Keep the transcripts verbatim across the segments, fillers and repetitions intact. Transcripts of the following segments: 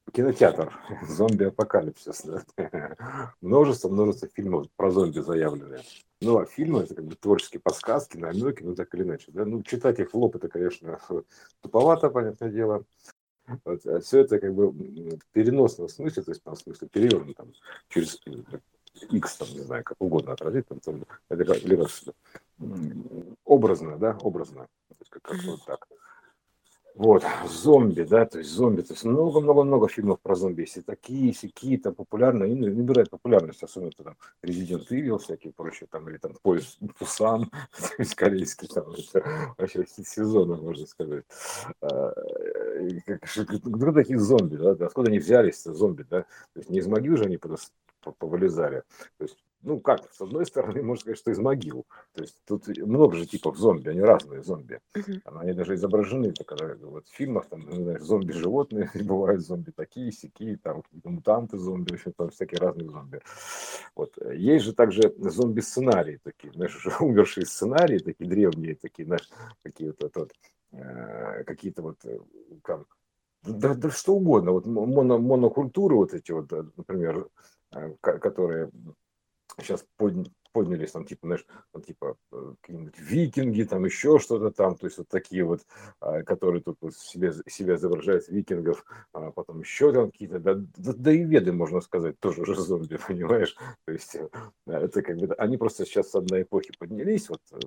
кинотеатр, зомби-апокалипсис, да. Множество, множество фильмов про зомби заявлены. Ну, а фильмы это как бы творческие подсказки, намеки, ну так или иначе. Да? Ну, читать их в лоб это, конечно, туповато, понятное дело. Вот, а все это как бы м, в переносном смысле, то есть там, в смысле перевернут там, через X, там, не знаю, как угодно отразить, там, там, это как- либо с- м, образно, да, образно, то есть как, как Мгм. вот так. Вот, зомби, да, то есть зомби, то есть много-много-много фильмов про зомби, если такие, сякие, там популярные, они набирают популярность, особенно там Resident Evil всякие прочие, там, или там Поезд в Пусан, то есть корейский, там, это вообще хит сезона, можно сказать. А, и как- ш- Кто такие зомби, да, да, откуда они взялись, зомби, да, то есть не из могил же они подос- по- повылезали, то есть, ну как, с одной стороны, можно сказать, что из могил, то есть тут много же типов зомби, они разные зомби. Мгм. Там они даже изображены, так, когда, вот, в фильмах, там, ну, знаешь, зомби-животные, бывают зомби такие, сякие, там, какие-то мутанты зомби, вообще, там, всякие разные зомби. Вот. Есть же также зомби-сценарии такие, знаешь, уже умершие сценарии, такие древние, такие, знаешь, какие вот, вот, э, какие-то вот, э, там, да, да что угодно, вот моно, монокультуры вот эти вот, э, например, э, ко- которые сейчас поднялись, там, типа, знаешь, там, типа, э, какие-нибудь викинги, там, еще что-то там, то есть вот такие вот, а, которые тут вот себе, себя изображают викингов, а потом еще там какие-то, да, да, да и веды, можно сказать, тоже уже зомби, понимаешь, то есть э, это как бы, они просто сейчас с одной эпохи поднялись, вот, э,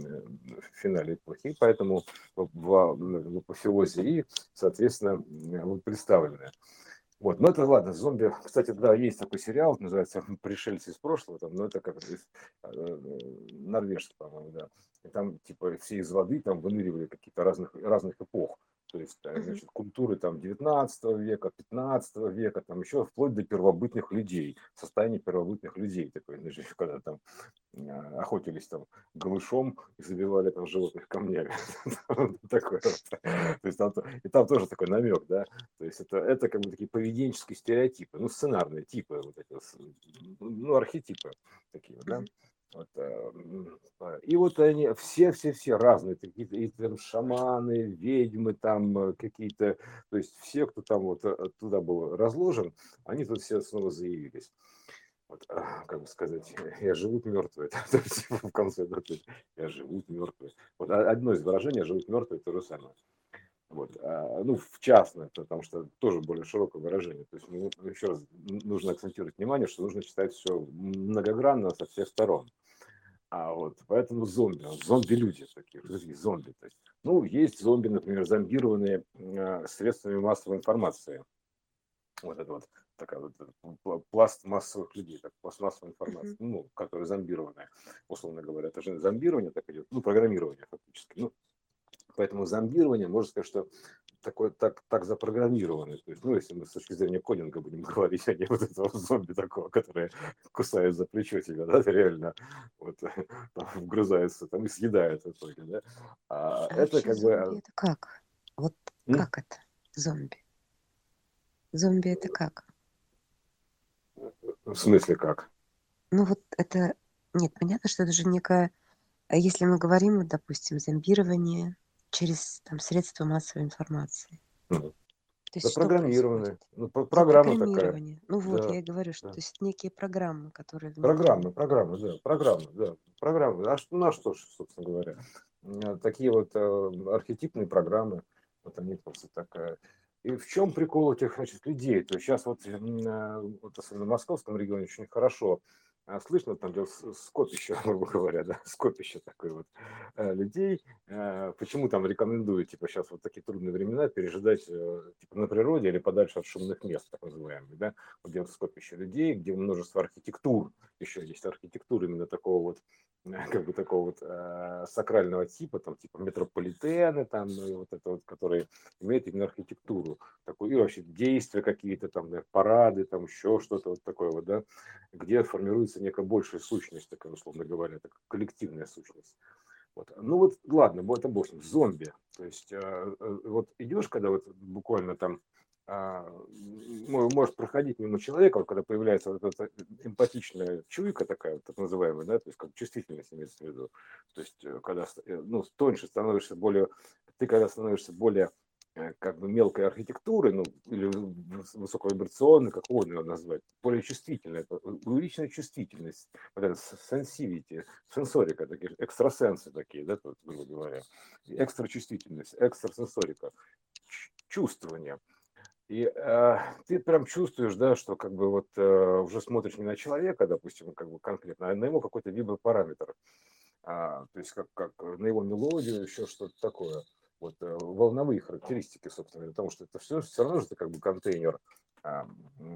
в финале эпохи, и поэтому в, в, в апофеозе и, соответственно, вот представлены. Вот, ну это ладно, зомби, кстати, да, есть такой сериал, называется «Пришельцы из прошлого», там, ну это как из, э, норвежский, по-моему, да. И там типа все из воды там выныривали какие-то разных, разных эпох. То есть, э, Мгм. значит, культуры там девятнадцатого века, пятнадцатого века, там еще вплоть до первобытных людей, состояние первобытных людей, такое, значит, когда там э, охотились там голышом и забивали там животных камнями. Такое вот. То есть там, и там тоже такой намек, да, то есть это, это как бы такие поведенческие стереотипы, ну, сценарные типы, вот эти, вот, ну, архетипы такие, да. Мгм. Вот, э, а, и вот они все-все-все разные, такие, и там шаманы, ведьмы, там э, какие-то, то есть все, кто там вот э, туда был разложен, они тут все снова заявились. Вот, а, как бы сказать, я живут мертвые, то есть в конце, да, то есть я живут мертвые. Вот а- одно из выражений живут мертвые то же самое. Вот. А, ну, в частности, потому что тоже более широкое выражение. То есть, ну, еще раз, н- нужно акцентировать внимание, что нужно читать все многогранно со всех сторон. А вот поэтому зомби, вот зомби-люди такие, вот такие зомби. То есть, ну, есть зомби, например, зомбированные э, средствами массовой информации. Вот это вот такая вот э, пла- пласт массовых людей, так, пласт массовой информации, Мгм. ну, которые зомбированные, условно говоря. Это же зомбирование так идет, ну, программирование фактически. Ну, поэтому зомбирование, можно сказать, что такой, так, так запрограммированы. То есть, ну, если мы с точки зрения кодинга будем говорить, а не вот этого зомби такого, который кусает за плечо тебя, да, реально вот, там, вгрызается там, и съедает в итоге, да. А А это вообще как бы... зомби а, это как? Вот м? как это? Зомби. Зомби это как? В смысле как? Ну вот это... Нет, понятно, что это же некое... А если мы говорим, вот, допустим, зомбирование через там, средства массовой информации, Ну, то есть что происходит? запрограммированы. Ну, про- программа такая. Запрограммирование. Ну вот, Да, я и говорю, что да. то есть некие программы, которые Программы, внедрены. программы, да, программы, да, программы. А что, на что, ж, собственно говоря? М, Такие вот э, архетипные программы, вот они просто такая. И в чем прикол этих, значит, людей? То есть сейчас вот, м, э, вот особенно в московском регионе очень хорошо а, слышно, там где с- скопище, грубо говоря, да, скопище такое вот э, людей. Э, Почему там рекомендую, типа, сейчас вот такие трудные времена пережидать, э, типа, на природе или подальше от шумных мест, так называемых, да, вот где вот скопище людей, где множество архитектур, еще есть архитектура именно такого вот, как бы такого вот э, сакрального типа, там типа метрополитены, там ну, и вот это вот, которые имеют именно архитектуру такую, и вообще действия какие-то там, да, парады, там еще что-то вот такое вот, да, где формируется некая большая сущность, такая, условно говоря, такая коллективная сущность. Вот. Ну вот, ладно, вот это бог с ним, зомби. То есть, э, э, вот идешь, когда вот буквально там а, мо- может проходить мимо человека, вот когда появляется вот эта эмпатичная чуйка такая, вот, так называемая, да, то есть как чувствительность имеется в виду. То есть, э, когда, ст- э, ну, тоньше становишься более, ты когда становишься более э, как бы мелкой архитектуры, ну, или выс- высоковибрационной, как угодно его назвать, более чувствительная, это у- увеличенная чувствительность, вот это сенсивити, сенсорика, такие, экстрасенсы такие, да, тут, грубо говоря, экстрачувствительность, экстрасенсорика, ч- чувствование. И э, ты прям чувствуешь, да, что как бы вот э, уже смотришь не на человека, допустим, как бы конкретно, а на его какой-то вибропараметр, а, то есть как, как на его мелодию, еще что-то такое. Вот э, волновые характеристики, собственно, потому что это все, все равно же это как бы контейнер, а,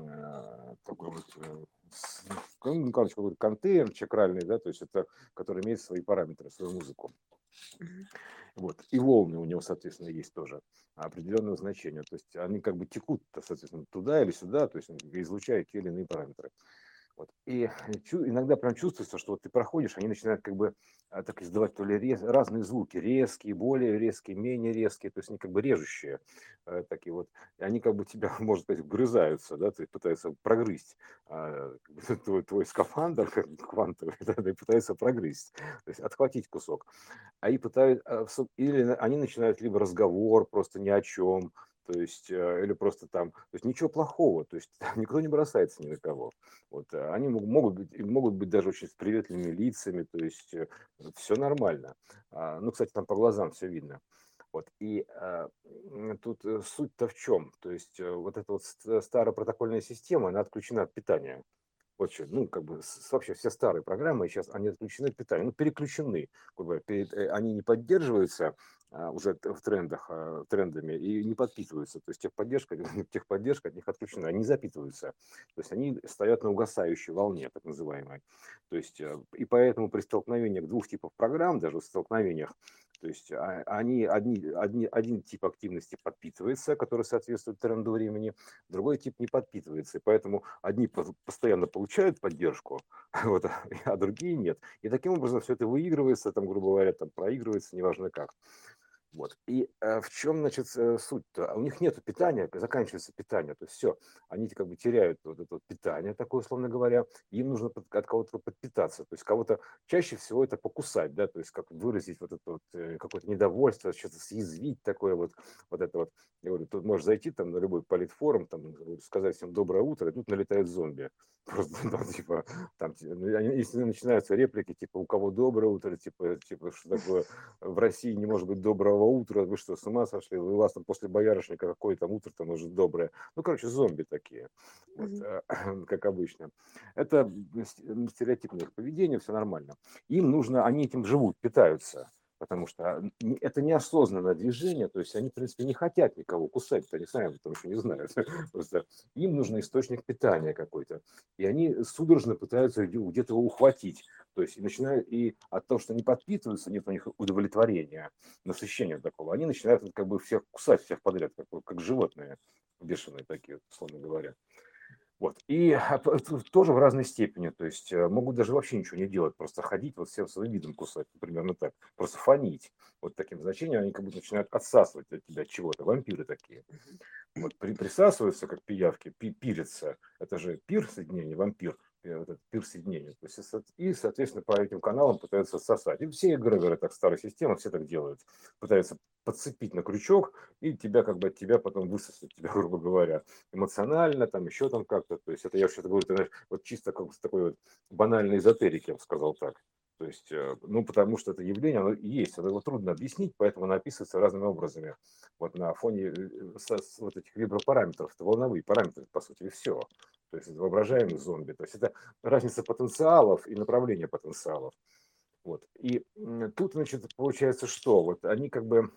э, такой вот, э, с- ну, короче, какой-то контейнер чакральный, да, то есть это, который имеет свои параметры, свою музыку. Мгм. Вот. И волны у него, соответственно, есть тоже определенного значения. То есть они как бы текут, соответственно, туда или сюда, то есть излучают те или иные параметры. Вот. И чу- иногда прям чувствуется, что вот ты проходишь, они начинают как бы а, так издавать то ли рез- разные звуки, резкие, более резкие, менее резкие, то есть они как бы режущие э, такие вот. И они как бы тебя, можно сказать, вгрызаются, да, то есть пытаются прогрызть а, как бы твой, твой скафандр как бы квантовый, да, и пытаются прогрызть, то есть отхватить кусок. А и пытают, а, в со- или на- они начинают либо разговор просто ни о чем, то есть, э, или просто там, то есть ничего плохого, то есть никто не бросается ни на кого. Вот, э, они мог- могут быть, и могут быть даже очень с приветливыми лицами, то есть все нормально. А, ну, кстати, там по глазам все видно. Вот, и а, м, тут э, суть-то в чем? То есть э, вот эта вот ст- старая протокольная система, она отключена от питания. Вот что, ну, как бы с- вообще все старые программы сейчас, они отключены от питания, ну, переключены, как бы, перед- э, они не поддерживаются а, уже т- в трендах, а, трендами и не подпитываются, то есть техподдержка, техподдержка от них отключена, они не запитываются, то есть они стоят на угасающей волне, так называемой, то есть э, и поэтому при столкновениях двух типов программ, даже в столкновениях, то есть а, они, одни, одни, один тип активности подпитывается, который соответствует тренду времени, другой тип не подпитывается, и поэтому одни по- постоянно получают поддержку, вот, а другие нет. И таким образом все это выигрывается, там, грубо говоря, там проигрывается, неважно как. Вот. И э, в чем, значит, э, суть-то? А у них нет питания, заканчивается питание. То есть все, они как бы теряют вот это вот питание, такое, условно говоря. Им нужно под- от кого-то подпитаться. То есть кого-то чаще всего это покусать, да, то есть как выразить вот это вот э, какое-то недовольство, что-то съязвить такое вот, вот это вот. Я говорю, тут можешь зайти там на любой политфорум, там, сказать всем доброе утро, и тут налетают зомби. Просто, ну, типа, там, ну, они- если начинаются реплики, типа, у кого доброе утро, типа, типа, что такое, в России не может быть доброго утра, вы что, с ума сошли? У вас там после боярышника какое там утро там может доброе? Ну, короче, зомби такие, вот, Мгм. э, как обычно. Это стереотипное их поведение, все нормально. Им нужно, они этим живут, питаются, потому что н- это неосознанное движение, то есть они, в принципе, не хотят никого кусать, они сами об этом еще не знают. Просто им нужен источник питания какой-то, и они судорожно пытаются где-то его ухватить. То есть и начинают, и от того, что они подпитываются, нет у них удовлетворения, насыщения такого, они начинают как бы всех кусать, всех подряд, как, как животные бешеные такие, условно говоря. Вот. И а, п- т- тоже в разной степени. То есть э, могут даже вообще ничего не делать, просто ходить, вот всем своим видом кусать, примерно так. Просто фонить. Вот таким значением они как будто начинают отсасывать от тебя чего-то. Вампиры такие. Вот, при, присасываются, как пиявки, пи, пирятся. Это же пир соединение, вампир, э, вот этот пир соединения. То есть, и, со- и, соответственно, по этим каналам пытаются сосать. И все эгрегоры так старой системы, все так делают. Пытаются подцепить на крючок и тебя как бы от тебя потом высосать, тебя, грубо говоря, эмоционально, там еще там как-то. То есть это я вообще говорю, ты знаешь, вот чисто как с такой вот банальной эзотерики, я бы сказал так. То есть, э, ну, потому что это явление, оно есть, это его трудно объяснить, поэтому оно описывается разными образами. Вот на фоне э, со- с вот этих вибропараметров, это волновые параметры, по сути, и все. То есть это воображаемый зомби. То есть это разница потенциалов и направления потенциалов. Вот. И м, тут, значит, получается, что вот они как бы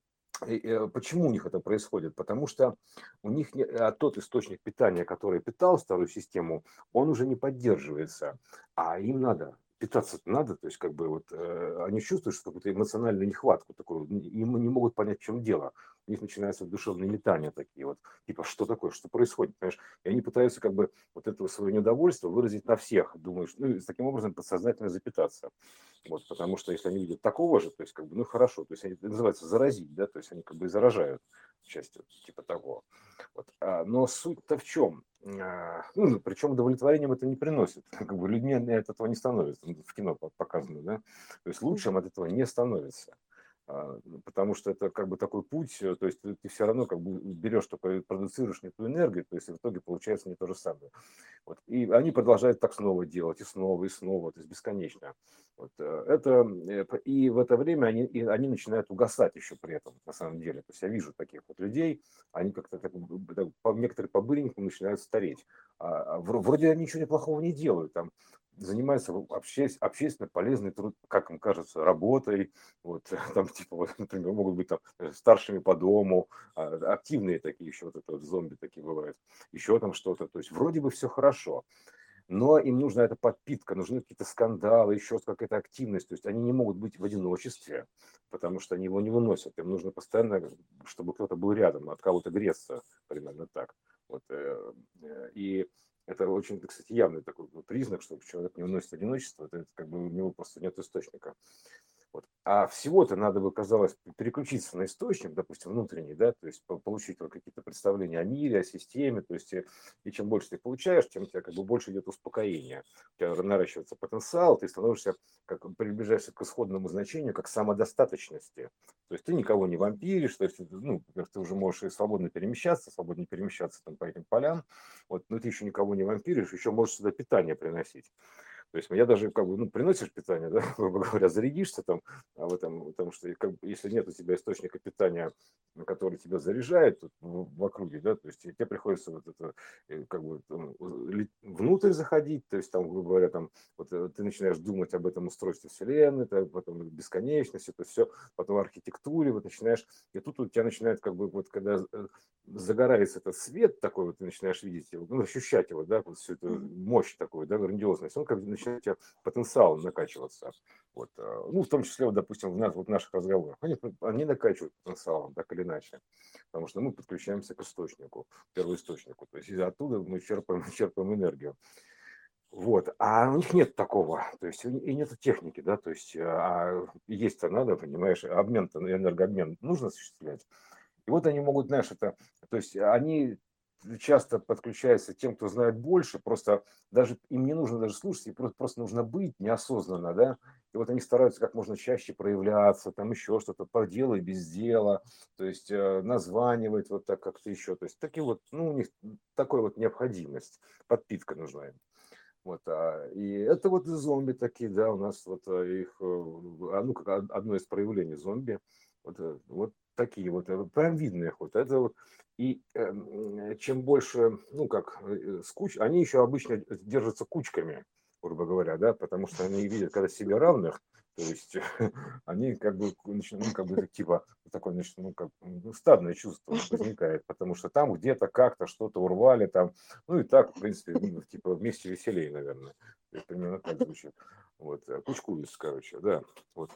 и, э, почему у них это происходит? Потому что у них не- а тот источник питания, который питал старую систему, он уже не поддерживается, а им надо питаться надо, то есть как бы вот э, они чувствуют что какую-то эмоциональную нехватку такую, н- и мы не могут понять, в чем дело. У них начинаются душевные метания такие вот, типа что такое, что происходит, понимаешь? И они пытаются как бы вот это свое недовольство выразить на всех, думаешь, ну и таким образом подсознательно запитаться. Вот, потому что если они видят такого же, то есть как бы, ну хорошо, то есть они, это называется заразить, да, то есть они как бы и заражают частью типа того. Вот. А, но суть-то в чем? А, ну, причем удовлетворением это не приносит. Как бы людьми от этого не становится. Ну, в кино по- показано, да? То есть лучшим Мгм. от этого не становится. А, Потому что это как бы такой путь, э, то есть ты, ты все равно как бы берешь только, продуцируешь не ту энергию, то есть в итоге получается не то же самое. Вот. И они продолжают так снова делать, и снова, и снова, то есть бесконечно. Вот. э, Это, э, п- и в это время они, и они начинают угасать еще при этом, на самом деле. То есть я вижу таких вот людей, они как-то так, б- так, по- некоторые по-быренькому начинают стареть. А, а вро- вроде они ничего неплохого не делают, там, занимаются обще- общественно полезной труд, как им кажется, работой, вот, там, типа, вот, например, могут быть там э, старшими по дому, а, активные такие еще, вот это вот зомби такие бывают, еще там что-то, то есть вроде бы все хорошо, но им нужна эта подпитка, нужны какие-то скандалы, еще какая-то активность, то есть они не могут быть в одиночестве, потому что они его не выносят, им нужно постоянно, чтобы кто-то был рядом, от кого-то греться, примерно так, вот, э, э, и это очень, кстати, явный такой признак, что человек не выносит одиночество, это как бы у него просто нет источника. Вот. А всего-то надо бы, казалось, переключиться на источник, допустим, внутренний, да, то есть по- получить вот какие-то представления о мире, о системе, то есть э, и чем больше ты получаешь, тем у тебя как бы больше идет успокоение, у тебя наращивается потенциал, ты становишься, как приближаешься к исходному значению, как самодостаточности. То есть ты никого не вампиришь, то есть, ну, например, ты уже можешь и свободно перемещаться, свободно перемещаться там по этим полям, вот, но ты еще никого не вампиришь, еще можешь сюда питание приносить. То есть я даже как бы, ну, приносишь питание, да, грубо говоря, зарядишься там а в этом, потому что как бы, если нет у тебя источника питания, на который тебя заряжает тут в, в округе, да, то есть тебе приходится вот это э, как бы там, ли- внутрь заходить, то есть там, грубо говоря, там вот э, ты начинаешь думать об этом устройстве Вселенной, так, потом бесконечности, то есть все, потом архитектуре, вот начинаешь, и тут у тебя начинает как бы вот когда э, загорается этот свет такой, вот ты начинаешь видеть его, ну, ощущать его, да, вот всю эту Мгм. мощь такую, да, грандиозность, он как бы начинает у тебя потенциал накачиваться. Вот, а, ну, в том числе, вот, допустим, в, нас, вот в наших разговорах, они, они накачивают потенциалом, так или иначе, потому что мы подключаемся к источнику, первоисточнику, то есть и оттуда мы черпаем, черпаем энергию. Вот, а у них нет такого, то есть и и нету техники, да, то есть а есть-то надо, понимаешь, обмен-то, энергообмен нужно осуществлять. И вот они могут, знаешь, это, то есть они часто подключаются тем, кто знает больше, просто даже им не нужно даже слушать, им просто, просто нужно быть неосознанно, да, и вот они стараются как можно чаще проявляться, там еще что-то, по делу и без дела, то есть э, названивать вот так как-то еще, то есть такие вот, ну, у них такой вот необходимость, подпитка нужна им. Вот, а, и это вот зомби такие, да, у нас вот а, их, э, а, ну, как од- одно из проявлений зомби, вот, э, вот такие вот, э, прям видно их вот, это вот, и э, м, чем больше, ну, как, э, скуч, они еще обычно держатся кучками, грубо говоря, да, потому что они видят, когда себе равных, то есть они как бы, начинают, ну, как бы, типа, такое, значит, ну, как, ну, стадное чувство возникает, потому что там где-то как-то что-то урвали, там, ну и так, в принципе, ну, типа вместе веселее, наверное. То есть примерно так звучит. Вот, э, кучкуюсь, короче, да. Вот.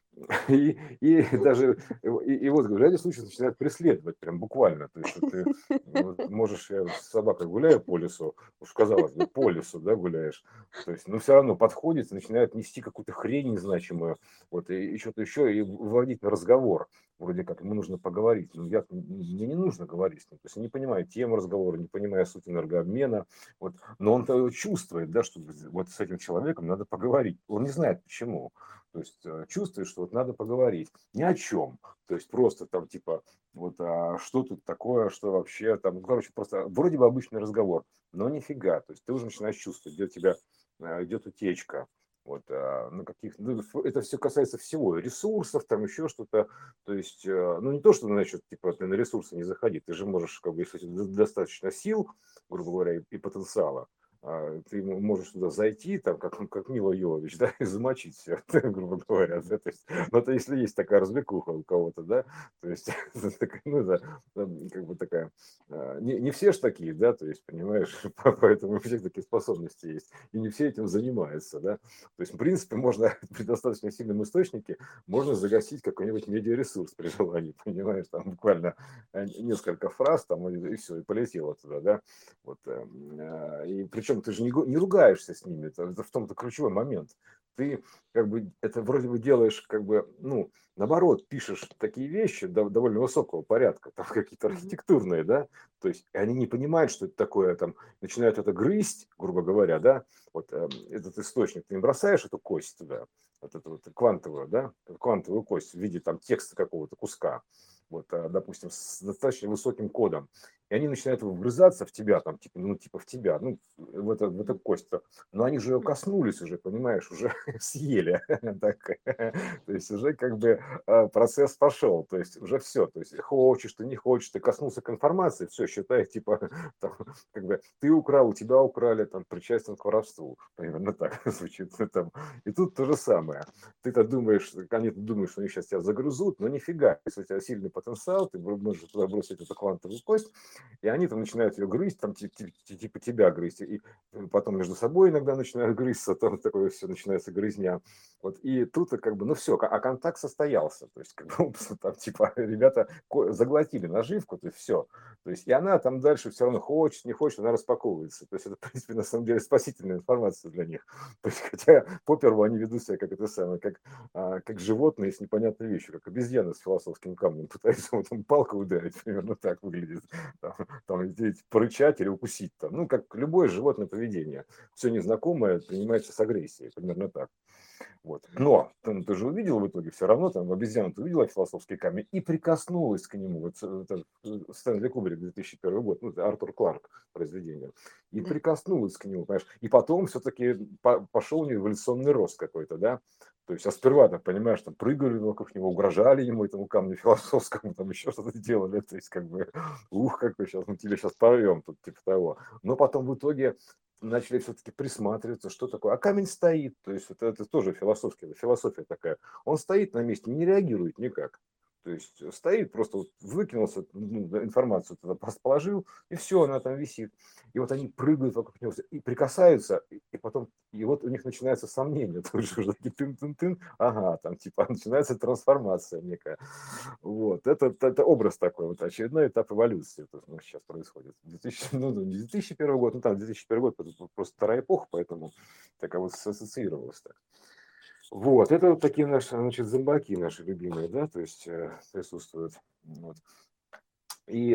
И, и даже, и, и вот, говорю, эти случаи начинают преследовать, прям буквально. То есть вот ты вот, можешь, я с собакой гуляю по лесу, уж казалось бы, по лесу, да, гуляешь, то есть, но все равно подходит, начинает нести какую-то хрень незначимую, вот, и, и что-то еще, и выводить на разговор, вроде как ему нужно поговорить, но я, мне не нужно говорить с ним, то есть не понимаю тему разговора, не понимаю суть энергообмена, вот, но он чувствует, да, что вот с этим человеком надо поговорить, он не знает почему, то есть э, чувствует, что вот надо поговорить ни о чем, то есть просто там типа вот а что тут такое, что вообще там, ну, короче, просто вроде бы обычный разговор, но нифига, то есть ты уже начинаешь чувствовать, где у тебя а, идет утечка, вот, а, на каких, ну, ф- это все касается всего, ресурсов, там еще что-то, то есть, э, ну, не то, что, значит, типа, ты на ресурсы не заходи, ты же можешь, как бы, если у тебя достаточно сил, грубо говоря, и, и потенциала, а, ты можешь туда зайти, там, как, ну, как Мила Йовович, да, и замочить все, грубо говоря, да, то есть, ну, это если есть такая развлекуха у кого-то, да, то есть, это такая, ну, да, там, как бы такая, а, не, не все ж такие, да, то есть, понимаешь, по- поэтому у всех такие способности есть, и не все этим занимаются, да, то есть, в принципе, можно при достаточно сильном источнике, можно загасить какой-нибудь медиаресурс при желании, понимаешь, там буквально э, несколько фраз, там, и, и все, и полетело туда, да, вот, эм, а, и причем ты же не, гу- не ругаешься с ними, это, это в том-то ключевой момент. ты как бы это вроде бы делаешь как бы, ну, наоборот, пишешь такие вещи дов- довольно высокого порядка, там какие-то Мгм. архитектурные, да, то есть и они не понимают, что это такое, там, начинают это грызть, грубо говоря, да, вот эм, этот источник, ты им бросаешь эту кость туда, вот эту вот квантовую, да, квантовую кость в виде там текста какого-то куска, вот, а, допустим, с достаточно высоким кодом, и они начинают вгрызаться в тебя, там, типа, ну, типа в тебя, ну, в, это, в эту кость. Но они же ее коснулись уже, понимаешь, уже съели. Так, то есть уже как бы а, процесс пошел, то есть уже все. То есть хочешь ты, не хочешь, ты коснулся к информации, все, считай, типа, там, как бы ты украл, у тебя украли, там, причастен к воровству. Примерно так звучит. Там. И тут то же самое. Ты-то думаешь, они думают, что они сейчас тебя загрызут, но нифига. Если у тебя сильный потенциал, ты можешь туда бросить эту квантовую кость, и они там начинают ее грызть, там типа, типа тебя грызть, и потом между собой иногда начинают грызться, там такое все начинается грызня. Вот, и тут как бы, ну все, а контакт состоялся, то есть как бы там типа ребята заглотили наживку, то есть все, то есть и она там дальше все равно хочет, не хочет, она распаковывается, то есть это в принципе на самом деле спасительная информация для них, то есть хотя по первому они ведут себя как это самое, как, а, как животные с непонятной вещью, как обезьяны с философским камнем, пытаются вот, там палкой ударить, примерно так выглядит, там, там порычать или укусить, там, ну как любое животное поведение, все незнакомое принимается с агрессией, примерно так. Вот. Но ты, ты же увидел в итоге все равно, там обезьяна, ты увидела философский камень и прикоснулась к нему. Вот это Стэнли Кубрик, две тысячи первый год, ну, это Артур Кларк произведение. И Да. прикоснулась к нему, понимаешь. И потом все-таки по- пошел у нее эволюционный рост какой-то, да. То есть, а сперва, так понимаешь, там прыгали вокруг него, угрожали ему, этому камню философскому, там еще что-то делали. То есть, как бы, ух, какой сейчас, мы тебя сейчас порвем, тут типа того. Но потом в итоге начали все-таки присматриваться, что такое. А камень стоит, то есть это, это тоже философская, философия такая. Он стоит на месте, не реагирует никак. То есть стоит, просто вот выкинулся, ну, информацию туда положил, и все, она там висит. И вот они прыгают вокруг него и прикасаются, и, и потом, и вот у них начинается сомнение, тоже уже такие тын-тын-тын, ага, там типа начинается трансформация некая. Вот, это, это образ такой, вот очередной этап эволюции, то, что сейчас происходит. две тысячи, ну, не две тысячи первый год, ну там две тысячи первый год, это просто вторая эпоха, поэтому так вот ассоциировалось так. Вот, это вот такие наши, значит, зомбаки наши любимые, да, то есть э, присутствуют. Вот. И,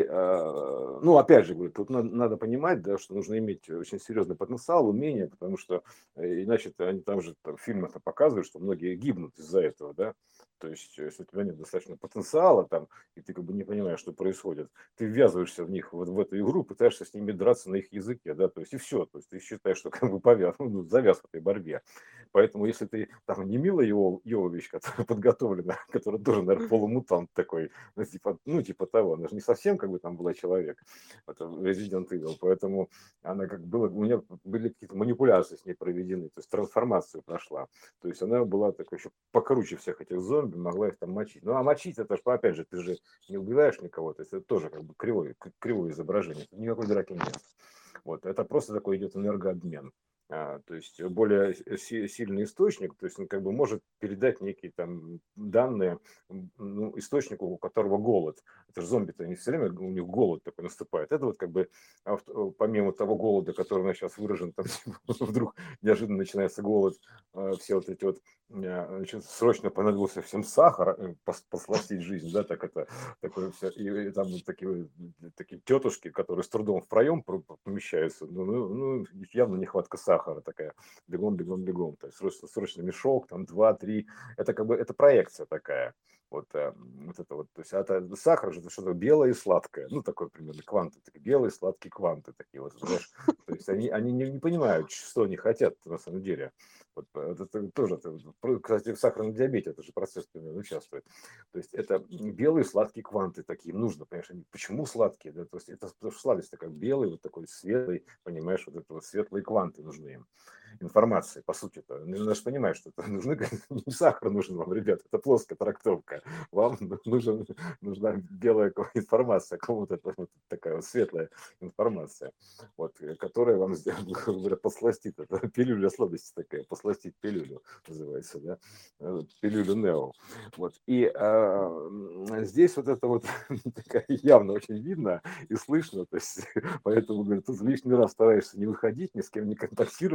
э, ну, опять же, говорю, тут надо, надо понимать, да, что нужно иметь очень серьезный потенциал, умение, потому что э, иначе они там же там, в фильмах показывают, что многие гибнут из-за этого, да. То есть, если у тебя нет достаточно потенциала там, и ты как бы не понимаешь, что происходит, ты ввязываешься в них, вот в эту игру, пытаешься с ними драться на их языке, да, то есть и все, то есть ты считаешь, что как бы повяз, ну, завяз в этой борьбе. Поэтому, если ты там не Мила Йо- Йовович, которая подготовлена, которая тоже, наверное, полумутант такой, ну, типа, ну, типа того, она же не совсем как бы там была человек, это Resident Evil, поэтому она как было, у нее были какие-то манипуляции с ней проведены, то есть трансформацию прошла, то есть она была такой еще покруче всех этих зомби, могла их там мочить. Ну, а мочить это же, опять же, ты же не убиваешь никого, то есть это тоже как бы кривое, кривое изображение, никакой драки нет. Вот, это просто такой идет энергообмен. А, то есть более си- сильный источник, то есть он как бы может передать некие там данные ну, источнику, у которого голод. Это же зомби-то, они все время, у них голод такой наступает. Это вот как бы помимо того голода, который у нас сейчас выражен, там вдруг неожиданно начинается голод, все вот эти вот, значит, срочно понадобился всем сахар, э, посластить жизнь, да, так это, такое все, и, и там вот такие, такие тетушки, которые с трудом в проем помещаются, ну, ну, ну, явно нехватка сахара такая, бегом, бегом, бегом, то есть срочно, срочно мешок, там два, три, это как бы, это проекция такая. Вот, э, вот это вот, то есть это сахар же это что-то белое и сладкое, ну такой примерно кванты, такие белые сладкие кванты такие вот, знаешь, то есть они, они не, не понимают, что они хотят на самом деле. Вот, это, это тоже, это, кстати, в сахарном диабете это же процесс примерно участвует. То есть это белые сладкие кванты такие, им нужно, понимаешь, они, почему сладкие, да, то есть это потому что сладость такая белый, вот такой светлый, понимаешь, вот это вот светлые кванты нужны им информации, по сути это. Надо же понимать, что это нужны, не сахар нужен вам, ребят, это плоская трактовка. Вам нужен, нужна белая информация, кому-то вот такая вот светлая информация, вот, которая вам, грубо говоря, посластит. Это пилюля сладости такая, посластить пилюлю называется, да, пилюлю Нео. Вот. И а, здесь вот это вот такая явно очень видно и слышно, то есть, поэтому, говорю, тут лишний раз стараешься не выходить, ни с кем не контактировать, потому что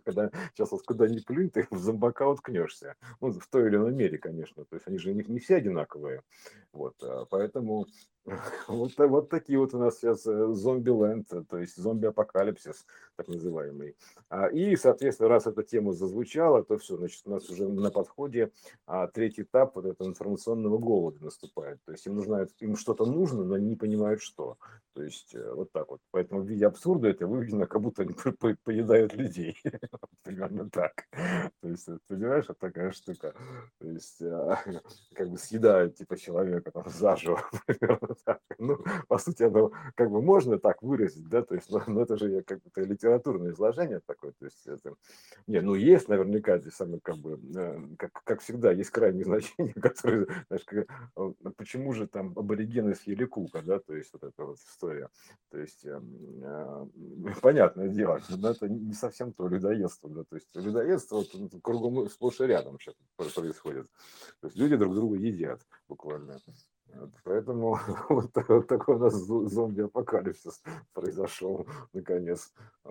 когда сейчас вот куда ни плюнь, ты в зомбака уткнешься. Ну, в той или иной мере, конечно. То есть они же не, не все одинаковые. Вот, а, поэтому вот, та- вот такие вот у нас сейчас э, зомби-ленд, э, то есть зомби-апокалипсис, так называемый. А, И, соответственно, раз эта тема зазвучала, то все, значит, у нас уже на подходе а, третий этап вот этого информационного голода наступает. То есть им нужно, им что-то нужно, но они не понимают, что. То есть э, вот так вот. Поэтому в виде абсурда это выглядит, как будто они по- по- поедают людей. Примерно так. То есть, э, понимаешь, вот такая штука. То есть, а, как бы съедают типа человека там заживо. Примерно так. Ну, по сути, оно как бы можно так выразить, да, то есть, но, но это же как бы литературное изложение такое, то есть, это, не, ну, есть наверняка здесь самое, как бы, э, как, как всегда, есть крайние значения, которые, знаешь, как, э, почему же там аборигены съели кука, да, то есть, вот эта вот история, то есть, э, э, понятное дело, но это не совсем то людоедство, да, то есть, людоедство вот, ну, кругом сплошь и рядом сейчас происходит, то есть, люди друг друга едят буквально. Вот, поэтому вот, та- вот такой у нас зо- зомби-апокалипсис произошел наконец.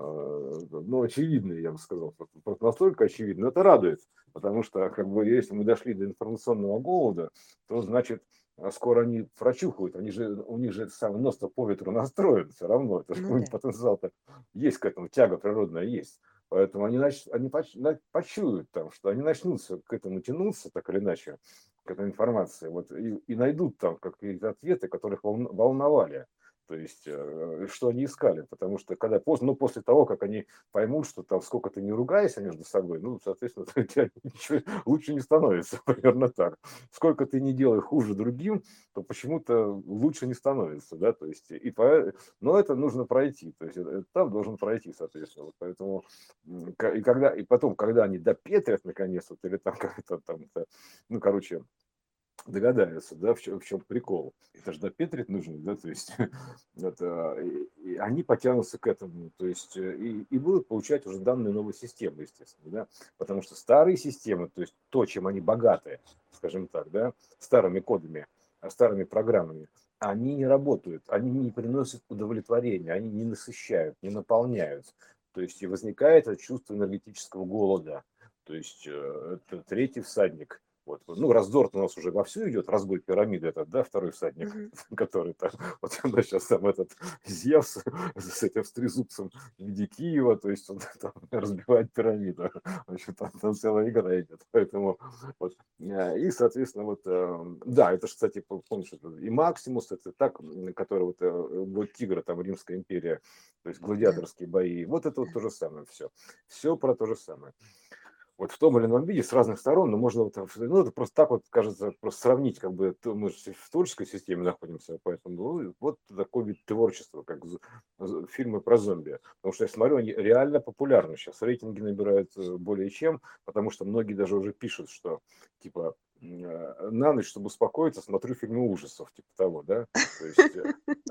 А, Ну, очевидный, я бы сказал, просто- просто настолько очевидно. Но это радует, потому что как бы если мы дошли до информационного голода, то значит а скоро они прочухают, они же, у них же это самое нос-то по ветру настроен все равно, это же Ну у них да. потенциал-то есть к этому, тяга природная есть. Поэтому они, нач- они поч- на- почуют там, что они начнутся к этому тянуться, так или иначе, к этой информации, вот, и, и найдут там какие-то ответы, которых волн- волновали. То есть, э, что они искали, потому что когда поздно, ну, после того, как они поймут, что там сколько ты не ругайся между собой, ну, соответственно, у тебя ничего лучше не становится, примерно так. Сколько ты не делай хуже другим, то почему-то лучше не становится, да, то есть, и по, но это нужно пройти, то есть, этот этап должен пройти, соответственно, вот поэтому, м, ка- и когда, и потом, когда они допетрят, наконец, вот, или там как-то там, это, ну, короче, догадаются, да, в чем, в чем прикол. Это же допетрить нужно, да, то есть это, и, и они потянутся к этому, то есть э, и, и будут получать уже данные новой системы, естественно, да, потому что старые системы, то есть то, чем они богаты, скажем так, да, старыми кодами, а, старыми программами, они не работают, они не приносят удовлетворения, они не насыщают, не наполняют, то есть и возникает это чувство энергетического голода, то есть э, это третий всадник. Вот. Ну, раздор у нас уже вовсю идет, разбой пирамиды этот, да, второй всадник, Мгм. который там, вот у нас сейчас там этот Зевс с этим с трезубцем в виде Киева, то есть он там разбивает пирамиду. В общем, там, там целая игра идет. Поэтому вот. э, И, соответственно, вот, э, да, это же, кстати, пом- помнишь, это и Максимус, это так, м, который вот, э, вот Тигра, там, Римская империя, то есть Да, гладиаторские бои. Вот это вот да. то же самое все. Все про то же самое вот в том или ином виде с разных сторон, но можно вот, ну, это просто так вот, кажется, просто сравнить, как бы, то мы же в творческой системе находимся, поэтому ну, вот такой вид творчества, как з- з- фильмы про зомби. Потому что я смотрю, они реально популярны сейчас, рейтинги набирают э, более чем, потому что многие даже уже пишут, что, типа, м, э, на ночь, чтобы успокоиться, смотрю фильмы ужасов, типа того, да, то есть, э,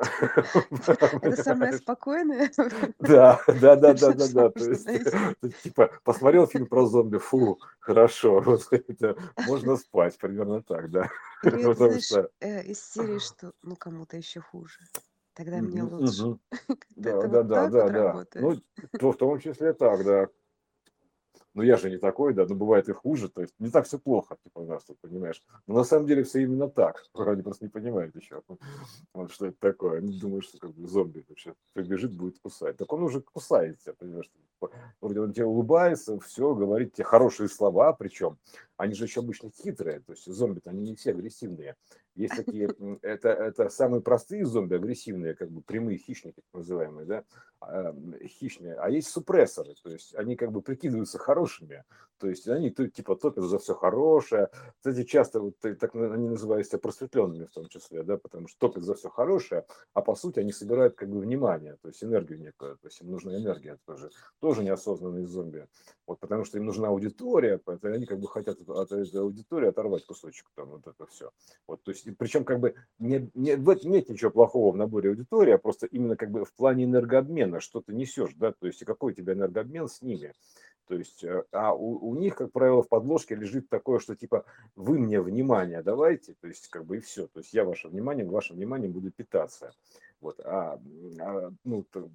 Это самое понимаешь? спокойное Да, да, да, да, что да, что да. То можно есть, найти. ты, типа, посмотрел фильм про зомби, фу, хорошо, вот это, можно спать, примерно так, да. Или это, Потому знаешь, что, э, из серии, что ну кому-то еще хуже, тогда мне мгм, лучше. мгм. Как-то Да, это вот да, да, так да, вот да. работает. Ну, то в том числе так, да. Ну, я же не такой, да, но бывает и хуже, то есть не так все плохо, типа, у нас тут, понимаешь. Но на самом деле все именно так, они просто не понимают еще, вот, что это такое. Они думают, что как бы зомби вообще прибежит, будет кусать. Так он уже кусает тебя, понимаешь. Вроде он тебе улыбается, все, говорит тебе хорошие слова, причем они же еще обычно хитрые, то есть зомби-то они не все агрессивные. Есть такие, м, это, это самые простые зомби, агрессивные, как бы прямые хищники, так называемые, да, а, хищные, а есть супрессоры, то есть они как бы прикидываются хорошими, то есть они то- типа топят за все хорошее. Кстати, часто вот э, так на- они называются просветленными в том числе, да, потому что топят за все хорошее, а по сути они собирают как бы внимание, то есть энергию некую, то есть им нужна энергия тоже, тоже неосознанные зомби, вот потому что им нужна аудитория, поэтому они как бы хотят от от этой аудитории оторвать кусочек, там вот это все. Вот, то есть, причем как бы не, не, в этом нет ничего плохого в наборе аудитории, а просто именно как бы в плане энергообмена, что ты несешь, да, то есть и какой у тебя энергообмен с ними. То есть, э, а у, у них, как правило, в подложке лежит такое, что типа вы мне внимание давайте, то есть как бы и все. То есть я ваше внимание, вашим вниманием буду питаться. Вот, а, а, ну, т- по- а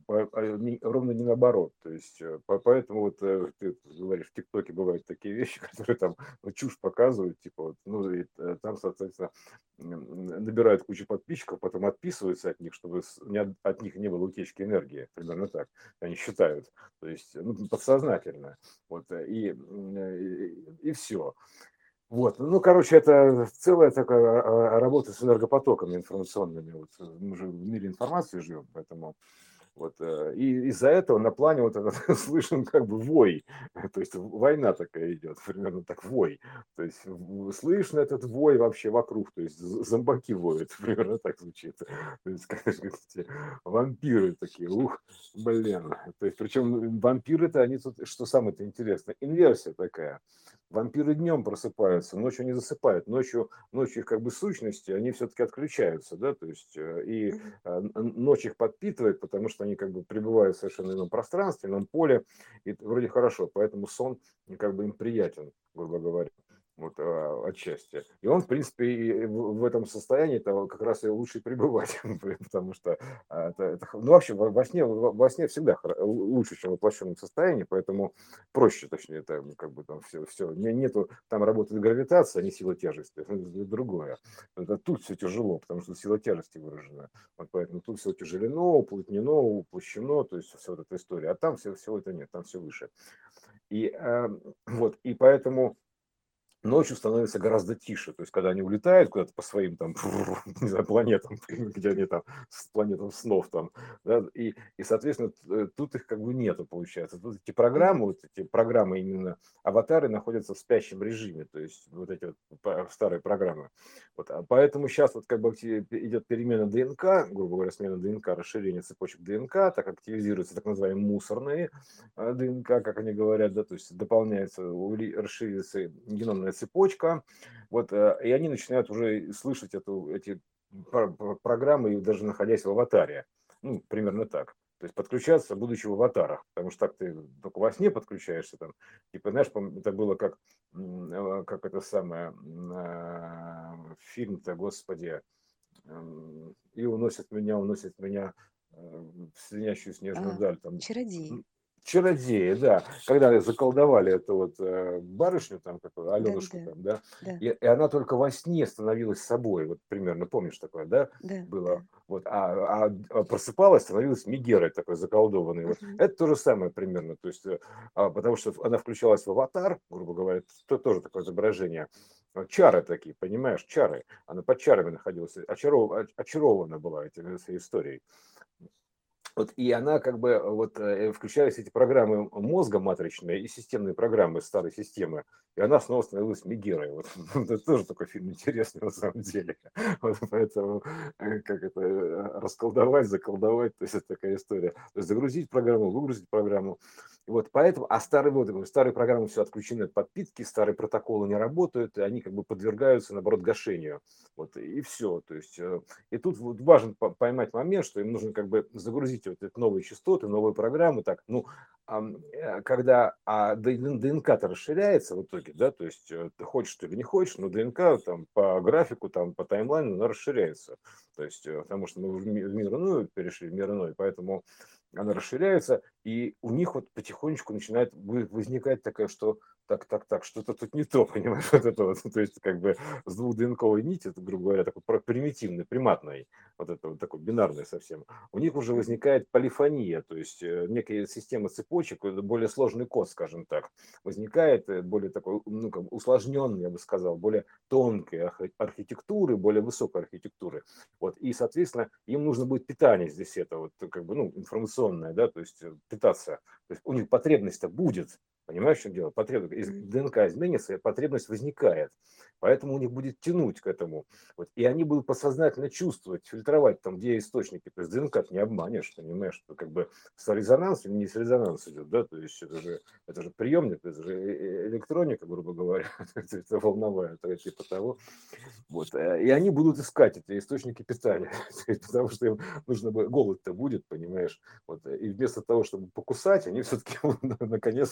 не, ровно не наоборот. То есть, э, по- поэтому вот э, ты говоришь, в ТикТоке бывают такие вещи, которые там ну, чушь показывают, типа вот, ну, и, э, там, соответственно, м, набирают кучу подписчиков, потом отписываются от них, чтобы с- не от, от них не было утечки энергии, примерно так, они считают. То есть, ну, подсознательно. Вот, э, и, м, э, и, и все. Вот, ну, короче, это целая такая а, а, работа с энергопотоками информационными. Вот, э, мы же в мире информации живем, поэтому вот, э, и из-за этого на плане вот этот слышен как бы вой, то есть война такая идет, примерно так, вой. То есть в- слышно этот вой вообще вокруг, то есть з- зомбаки воют, примерно так звучит. То есть, как эти вампиры такие, ух, блин. То есть, причем вампиры-то, они тут, что самое-то интересное, инверсия такая. Вампиры днем просыпаются, ночью не засыпают, ночью, ночью их как бы сущности, они все-таки отключаются, да, то есть э, и Мгм. а, ночь их подпитывает, потому что они как бы пребывают в совершенно ином пространстве, ином поле, и вроде хорошо, поэтому сон как бы им приятен, грубо говоря, вот а, отчасти. И он, в принципе, и в в этом состоянии -то как раз и лучше и пребывать, потому что а, это, это х- ну вообще во во сне, во во сне всегда хоро- лучше, чем в воплощенном состоянии, поэтому проще, точнее, это как бы там все, все, нету, там работает гравитация, а не сила тяжести, это другое. Это тут все тяжело, потому что сила тяжести выражена. Вот поэтому тут все тяжелено, уплотнено, уплощено, то есть вся вот эта история. А там все, всего это нет, там все выше. И э, вот, и поэтому ночью становится гораздо тише. То есть, когда они улетают куда-то по своим там, не знаю, планетам, где они там, с планетам снов там, да, и, и, соответственно, т- э, тут их как бы нету, получается. Тут эти Мгм. программы, вот эти программы именно аватары находятся в спящем режиме, то есть вот эти вот па- старые программы. Вот, а поэтому сейчас вот как бы акти- идет перемена ДНК, грубо говоря, смена ДНК, расширение цепочек ДНК, так активизируются так называемые мусорные а, ДНК, как они говорят, да, то есть дополняется, ули- расширится геномная цепочка, вот, э, и они начинают уже слышать эту, эти про- про- программы, и даже находясь в аватаре, ну, примерно так. То есть подключаться, будучи в аватарах, потому что так ты только во сне подключаешься, там, типа, знаешь, пом- это было как, м, э, как это самое, м, а, фильм-то, господи, м, и уносит меня, уносит меня э, в слинящую снежную А, даль, там, чародеи. чародеи, да, когда заколдовали эту вот э, барышню, там, какую, Аленушку, Да-да-да. там, да, Да, и, и она только во сне становилась собой, вот примерно, помнишь такое, да, да, было, да. вот, а, а- а просыпалась, становилась Мегерой такой заколдованной, вот, Мгм. это то же самое примерно, то есть, э, а, потому что она включалась в аватар, грубо говоря, то тоже такое изображение, э, чары такие, понимаешь, чары, она под чарами находилась, очаров, оч- очарована была этой, этой историей. Вот, и она как бы вот э, включались эти программы мозга матричные и системные программы старой системы, и она снова становилась Мегерой. Вот. Это тоже такой фильм интересный на самом деле. Вот, поэтому э, как это э, расколдовать, заколдовать, то есть это такая история. То есть загрузить программу, выгрузить программу. И вот поэтому, а старые, вот, я говорю, старые программы все отключены от подпитки, старые протоколы не работают, и они как бы подвергаются, наоборот, гашению. Вот, и все. То есть э, и тут вот важно по- поймать момент, что им нужно как бы загрузить вот эти новые частоты, новые программы. Так, ну, ам, э, когда а ДНК-то расширяется в итоге, да, то есть э, ты хочешь ты или не хочешь, но ДНК там по графику, там по таймлайну она расширяется. То есть, э, потому что мы в ми- в мир иной перешли, в мир иной, поэтому она расширяется, и у них вот потихонечку начинает вы- возникать такая, что так, так, так, что-то тут не то, понимаешь, вот это вот, то есть как бы с двухднковой нити, это, грубо говоря, такой про- примитивный, приматный, вот это вот такой бинарный совсем, у них уже Мгм. возникает полифония, то есть э, некая система цепочек, э, более сложный код, скажем так, возникает, э, более такой, ну, как бы усложненный, я бы сказал, более тонкой архи- архитектуры, более высокой архитектуры. Вот, и, соответственно, им нужно будет питание здесь это, вот, как бы, ну, информационное, да, то есть э, питаться. То есть у них потребность-то будет, понимаешь, в чем дело? Потребность, из- Мгм. ДНК изменится, и потребность возникает. Поэтому у них будет тянуть к этому. Вот. И они будут подсознательно чувствовать, фильтровать там, где источники. То есть ДНК не обманешь, понимаешь, что как бы с резонансом, не с резонанс идет, да, то есть это же, это же приемник, это же э- э- электроника, грубо говоря, это волновая, это типа того. Вот. э, И они будут искать эти источники питания, то есть потому что им нужно бы, голод-то будет, понимаешь, вот. э, И вместо того, чтобы покусать, они все-таки наконец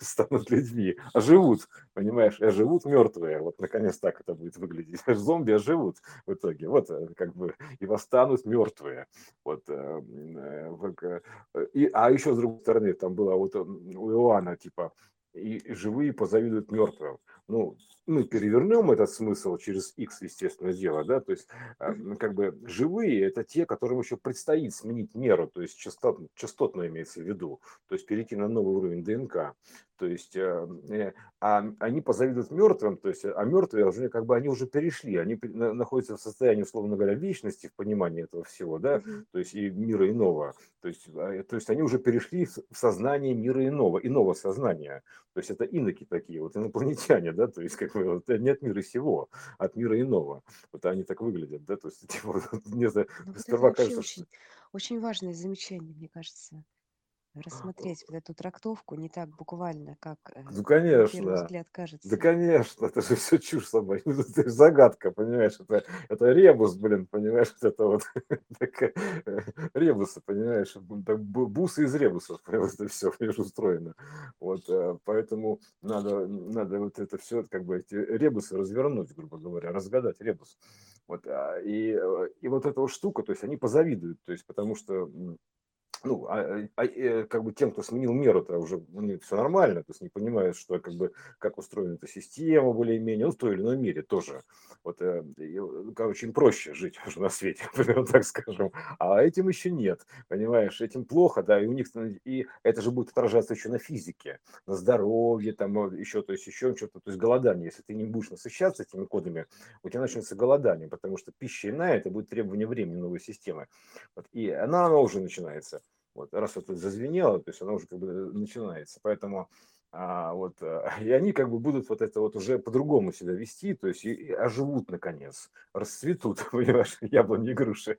станут людьми, а живут, понимаешь, а живут мертвые. Вот наконец так это будет выглядеть. Зомби оживут в итоге. Вот э, как бы и восстанут мертвые. Вот, э, э, вот, э, и, а еще с другой стороны, там было вот м, у Иоанна, типа, и живые позавидуют мертвым. Ну, мы перевернем этот смысл через X, естественно, дело, да, то есть а, Мгм. ну, как бы живые это те, которым еще предстоит сменить меру, то есть частот, частотно имеется в виду, то есть перейти на новый уровень ДНК, то есть э, э, а они позавидуют мертвым, то есть, а мертвые уже как бы они уже перешли, они пе- на- находятся в состоянии, условно говоря, вечности в понимании этого всего, да, Мгм. то есть и мира иного, то есть, а, то есть они уже перешли в в сознание мира иного, иного сознания, то есть это иноки такие, вот инопланетяне, да, то есть как бы вот, не от мира сего, от мира иного. Вот они так выглядят, да, то есть типа, вот, мне за- Ну вот это сперва вообще кажется, что очень, очень важное замечание, мне кажется. Рассмотреть вот эту трактовку не так буквально, как э, ну, на первый конечно. взгляд Да, кажется. конечно, это же все чушь собой. Это же загадка, понимаешь? Это, это ребус, блин, понимаешь? Вот это вот такая, э, ребусы, понимаешь? Бу- так бу- Бусы из ребусов, вот это все, понимаешь, устроено. Вот, э, поэтому надо, надо вот это все, как бы, эти ребусы развернуть, грубо говоря, разгадать ребус. Вот, а, и, э, и вот эта вот штука, то есть они позавидуют, то есть потому что м, ну, а, э, а, э, как бы тем, кто сменил меру-то уже, у них все нормально, то есть не понимают, что как бы как устроена эта система более-менее, ну, в той или иной мере тоже. Вот, э, и, э, короче, им проще жить уже на свете, примерно так скажем. А этим еще нет, понимаешь, этим плохо, да, и у них, э, и это же будет отражаться еще на физике, на здоровье, там, э, еще, то есть еще что-то, то есть голодание. Если ты не будешь насыщаться этими кодами, у тебя начнется голодание, потому что пища иная, это будет требование времени новой системы. Вот, и она, она уже начинается. Вот, раз это зазвенело, то есть оно уже как бы начинается. Поэтому а, вот, а, и они как бы будут вот это вот уже по-другому себя вести, то есть и, и оживут наконец, расцветут, понимаешь, яблони и груши.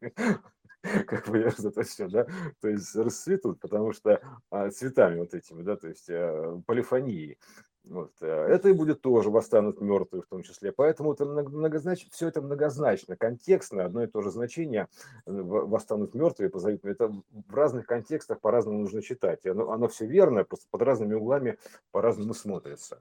Как бы это все, да, то есть расцветут, потому что а, цветами вот этими, да, то есть а, полифонией. Вот. э, Это и Мгм. будет тоже восстанут мертвые в том числе. Поэтому это многозначно, все это многозначно, контекстно, одно и то же значение э, в- восстанут мертвые, позовут. Это в разных контекстах по-разному нужно читать. И оно, оно все верно, просто под разными углами по-разному смотрится.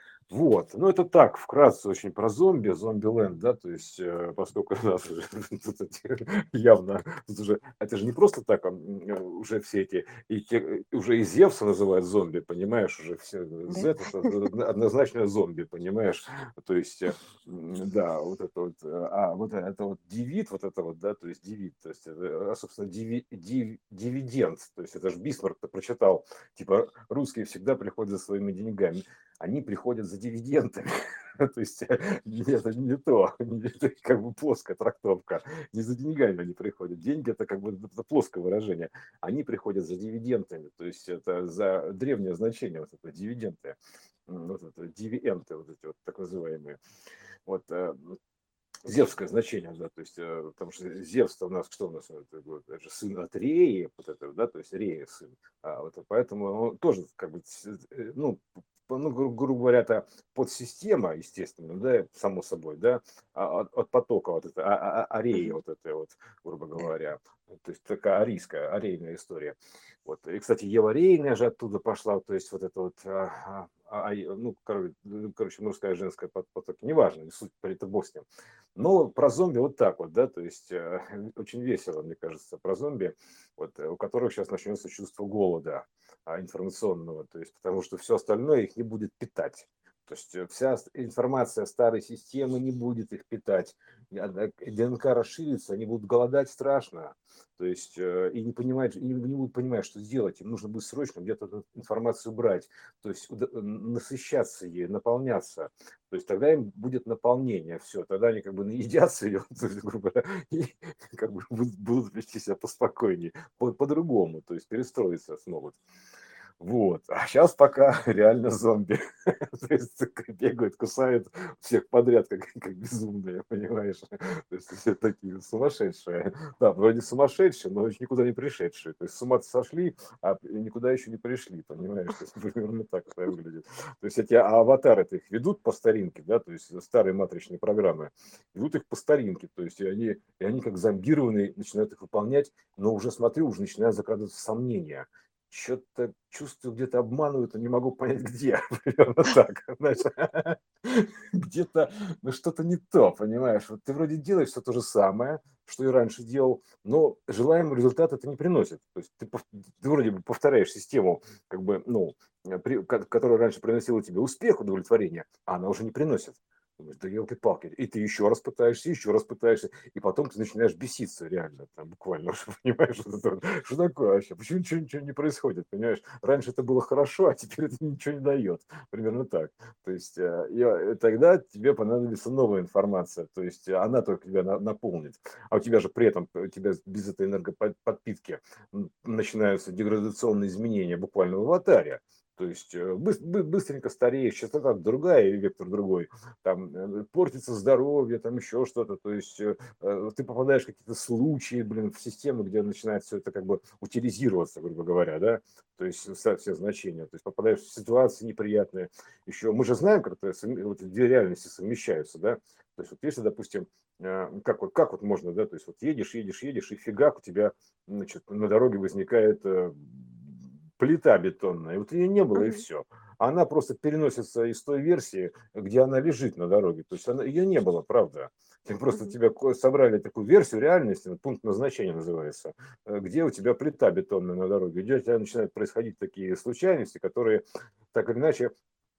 Вот, ну это так, вкратце очень про зомби, зомби-ленд, да, то есть, э, поскольку у нас уже тут эти явно, тут уже, это же не просто так, а, м, э, уже все эти, и те, э, уже и Зевса называют зомби, понимаешь, уже все, Да? Z это одно- однозначно зомби, понимаешь, то есть, э, м, да, вот это вот, э, а вот это вот дивид, вот это вот, да, то есть дивид, то есть, это, а, собственно, диви- див- дивиденд, то есть это же Бисмарк-то прочитал, типа, русские всегда приходят за своими деньгами, они приходят за дивидендами. То есть э, это не то, это как бы плоская трактовка. Не за деньгами они приходят. Деньги это как бы это плоское выражение. Они приходят за дивидендами. То есть это за древнее значение вот это дивиденды. Вот это дивиденды вот эти вот так называемые. Вот э, Зевское значение, да, то есть, э, потому что Зевс у нас, что у нас, это, вот, это же сын от Реи, вот это, да, то есть Рея сын, а, вот, поэтому он тоже, как бы, э, ну, ну, гру- грубо говоря, это подсистема, естественно, да, само собой, да, а- от, от потока вот это, а, а, а- Ареи Мгм. вот это вот, грубо Да. говоря, то есть такая арийская, арейная история. Вот. И, кстати, Ева Рейная же оттуда пошла, то есть вот это вот, а, а, а, ну, короче, короче, мужская, женская потоки, неважно, не суть, это бог с ним. Но про зомби вот так вот, да, то есть э, очень весело, мне кажется, про зомби, вот, э, у которых сейчас начнется чувство голода а, информационного, то есть потому что все остальное их не будет питать. То есть э, вся с- информация старой системы не будет их питать. И она- ДНК расширится, они будут голодать страшно. То есть э, и не понимать, и не не будут понимать, что сделать. Им нужно будет срочно где-то эту информацию брать, то есть уда- насыщаться ею, наполняться. То есть тогда им будет наполнение, все, тогда они как бы наедятся ее, то есть, грубо говоря, и как бы будут, будут вести себя поспокойнее, по- по-другому, то есть перестроиться смогут. Вот. А сейчас пока реально зомби. То есть так бегают, кусают всех подряд, как, как безумные, понимаешь? То есть все такие сумасшедшие. Да, вроде сумасшедшие, но еще никуда не пришедшие. То есть с ума сошли, а никуда еще не пришли, понимаешь? То есть примерно так это выглядит. То есть эти аватары-то их ведут по старинке, да, то есть старые матричные программы, ведут их по старинке, то есть и они, и они как зомбированные начинают их выполнять, но уже смотрю, уже начинают закрадываться сомнения. что-то чувствую, где-то обманывают, но не могу понять, где. Примерно так, знаешь. Где-то, ну, что-то не то, понимаешь? Вот ты вроде делаешь все то же самое, что и раньше делал, но желаемый результат это не приносит. То есть ты, пов- ты вроде бы повторяешь систему, как бы, ну, э, при- ко- которая раньше приносила тебе успех, удовлетворение, а она уже не приносит. Думаешь, да елки-палки. И ты еще раз пытаешься, еще раз пытаешься, и потом ты начинаешь беситься реально, там, буквально, уже, понимаешь, вот это вот. Что такое вообще? Почему ничего, ничего не происходит, понимаешь? Раньше это было хорошо, а теперь это ничего не дает. Примерно так. То есть э, я- э, тогда тебе понадобится новая информация, то есть э, она только тебя на- наполнит. А у тебя же при этом, у тебя без этой энергоподпитки м, начинаются деградационные изменения буквально в аватаре. То есть э, быс- бы- быстренько стареешь, частота другая, и вектор другой, там э, портится здоровье, там еще что-то, то есть э, э, ты попадаешь в какие-то случаи, блин, в систему, где начинает все это как бы утилизироваться, грубо говоря, да, то есть все, все значения, то есть попадаешь в ситуации неприятные, еще мы же знаем, как это, совме- вот две реальности совмещаются, да, то есть вот если, допустим, э, как вот, как вот можно, да, то есть вот едешь, едешь, едешь, и фигак у тебя, значит, на дороге возникает э, плита бетонная, и вот ее не было, и Мгм. все. Она просто переносится из той версии, где она лежит на дороге, то есть она, ее не было, правда. Просто Мгм. тебя ко- собрали такую версию реальности, вот пункт назначения называется, э, где у тебя плита бетонная на дороге, где у тебя начинают происходить такие случайности, которые так или иначе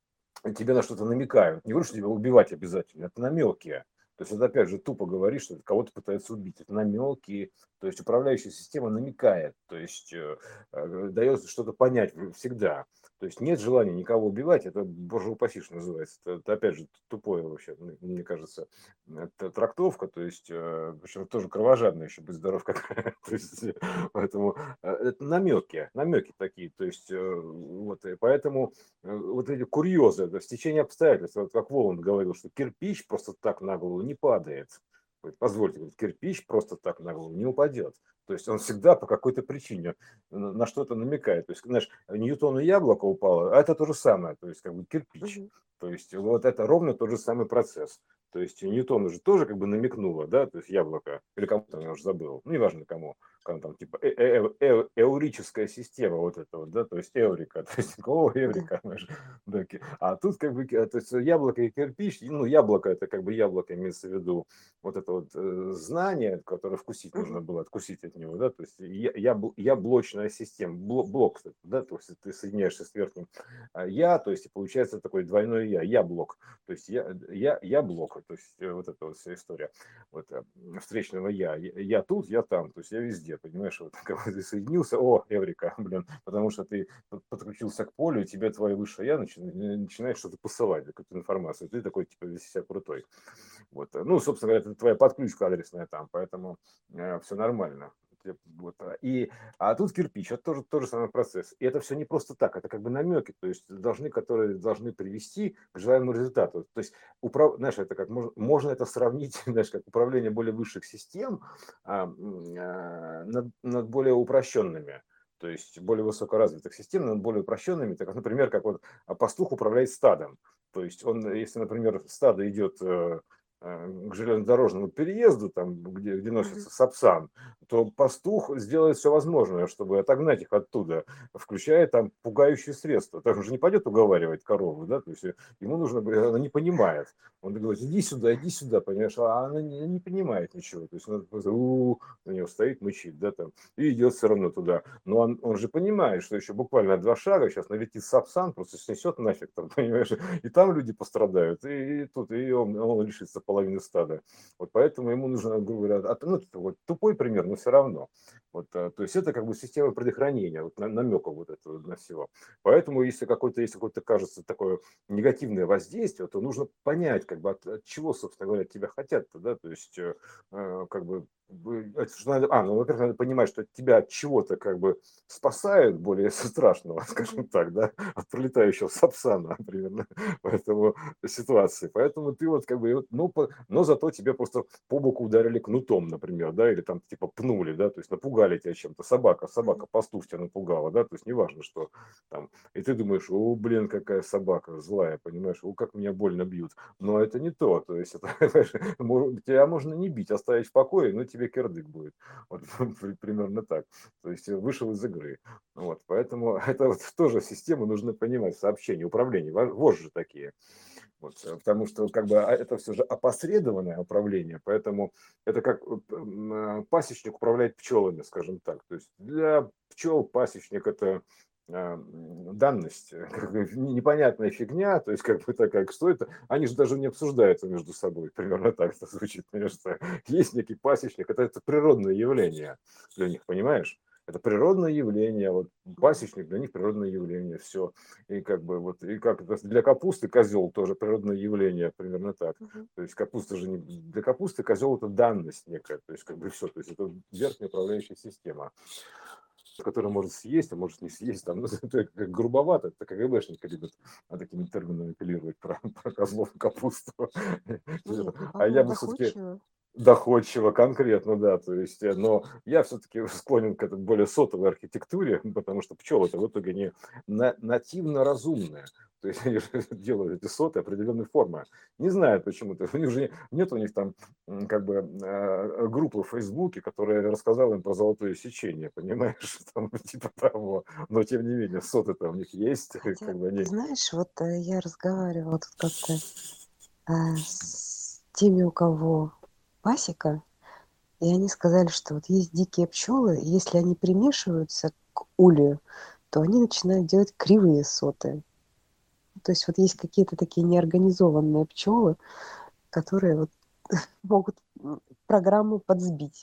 тебе на что-то намекают. Не говорю, что тебя убивать обязательно, это намеки. То есть это опять же тупо говоришь, что кого-то пытаются убить. Это намеки. То есть управляющая система намекает, то есть э, э, дает что-то понять всегда. То есть нет желания никого убивать, это боже упаси, что называется. Это, это опять же тупое вообще, мне мне кажется, это трактовка, то есть, э, причем тоже кровожадная еще, будь здоров какая. То есть, э, поэтому э, это намеки, намеки такие. То есть, э, вот, и поэтому э, вот эти курьезы, это стечение обстоятельств, вот как Воланд говорил, что кирпич просто так на голову не падает. Говорит, позвольте, говорит, кирпич просто так на голову не упадет. То есть он всегда по какой-то причине на на что-то намекает. То есть, знаешь, Ньютону яблоко упало, а это то же самое, то есть как бы кирпич. Мгм. То есть вот это ровно тот же самый процесс. То есть Ньютону же тоже как бы намекнуло, да, то есть яблоко, или кому-то, я уже забыл, ну, неважно кому, там, там типа э- э- э- эурическая система вот это вот, да, то есть эврика, то есть о, Да. эврика, знаешь, да, ки- а тут как бы, ки- то есть яблоко и кирпич, ну, яблоко это как бы яблоко имеется в виду вот это вот э, знание, которое вкусить Мгм. нужно было, откусить от него, да, то есть я, ябл- яблочная система, блок, блок, да, то есть ты соединяешься с верхним а, я, то есть и получается такой двойной я, я блок, то есть я, я, я блок, то есть э, вот эта вот вся история вот, э, встречного я. я. Я тут, я там, то есть я везде, понимаешь, вот как ты соединился, о, Эврика, блин, потому что ты под- подключился к полю, и тебе твое высшее я начи- начинает что-то посылать, какую-то информацию, ты такой, типа, весь себя крутой. Вот. э, Ну, собственно говоря, это твоя подключка адресная там, поэтому э, все нормально. Вот. а, И, а тут кирпич, это тоже тот же самый процесс. И это все не просто так, это как бы намеки, то есть должны, которые должны привести к желаемому результату. То есть, управ... знаешь, это как можно, можно это сравнить, знаешь, как управление более высших систем а, м, а, над, над более упрощенными. То есть более высокоразвитых систем, над более упрощенными, так, как, например, как вот а, пастух управляет стадом. То есть он, если, например, стадо идет э, э, к железнодорожному переезду, там, где, где Мгм. носится Сапсан, то пастух сделает все возможное, чтобы отогнать их оттуда, включая там пугающие средства. Так он же не пойдет уговаривать корову, да, то есть э, ему нужно, говорит, она не понимает. Он говорит, иди сюда, иди сюда, понимаешь, а она не, не понимает ничего. То есть она просто у-у-у, на него стоит, мычит, да, там, и идет все равно туда. Но он, он же понимает, что еще буквально два шага сейчас налетит Сапсан, просто снесет нафиг, там, понимаешь, и там люди пострадают, и, и тут, и он, он лишится половины стада. Вот поэтому ему нужно, грубо говоря, от- ну, это вот тупой пример, но все равно. Вот, а, то есть это как бы система предохранения, вот, на- намеков вот этого на всего. Поэтому если какой-то, если какое-то кажется такое негативное воздействие, то нужно понять, как бы от, от чего, собственно говоря, тебя хотят-то, да, то есть э, э, как бы бы- это ж надо- а, ну, во-первых, надо понимать, что тебя от чего-то как бы спасают более страшного, Мгм. скажем так, да, от пролетающего сапсана, примерно, поэтому ситуации. Поэтому ты вот как бы, вот, ну, по- но зато тебе просто по боку ударили кнутом, например, да, или там типа пнули, да, то есть напугали тебя чем-то, собака, Мгм. собака, пастух тебя напугала, да, то есть неважно, что там, и ты думаешь, о, блин, какая собака злая, понимаешь, о, как меня больно бьют, но это не то, то есть это, понимаешь, мо- тебя можно не бить, оставить в покое, но тебя тебе кирдык будет. Вот примерно так. То есть вышел из игры. Вот, поэтому это вот тоже систему нужно понимать, сообщения, управление, вожжи такие. Вот, потому что как бы это все же опосредованное управление, поэтому это как пасечник управляет пчелами, скажем так. То есть для пчел пасечник это данность, как бы непонятная фигня, то есть как бы такая, что это, они же даже не обсуждаются между собой, примерно так это звучит, конечно. Есть некий пасечник, это, это природное явление для них, понимаешь? Это природное явление, вот пасечник для них природное явление, все. И как бы вот, и как для капусты козел тоже природное явление, примерно так. Мгм. То есть капуста же не для капусты козел это данность некая, то есть как бы все, то есть это верхняя управляющая система, который может съесть, а может не съесть, там, ну, это как грубовато, это КГБшники любят а такими терминами апеллировать про, про козлов и капусту. Нет, ну А я по-моему, бы все-таки доходчиво. доходчиво, конкретно, да, то есть, э, но я все-таки склонен к этой более сотовой архитектуре, потому что пчелы-то в итоге не на- нативно разумные, то есть они же делают эти соты определенной формы, не знаю почему-то, у них же нет у них там м, как бы э, группы в Фейсбуке, которая рассказала им про золотое сечение, понимаешь, там, типа того, но тем не менее соты-то у них есть, Хотя, как бы ты они, знаешь, вот э, я разговаривала тут как-то а, с теми, у кого пасека, и они сказали, что вот есть дикие пчелы, и если они примешиваются к улью, то они начинают делать кривые соты. То есть вот есть какие-то такие неорганизованные пчелы, которые вот могут м, программу подсбить.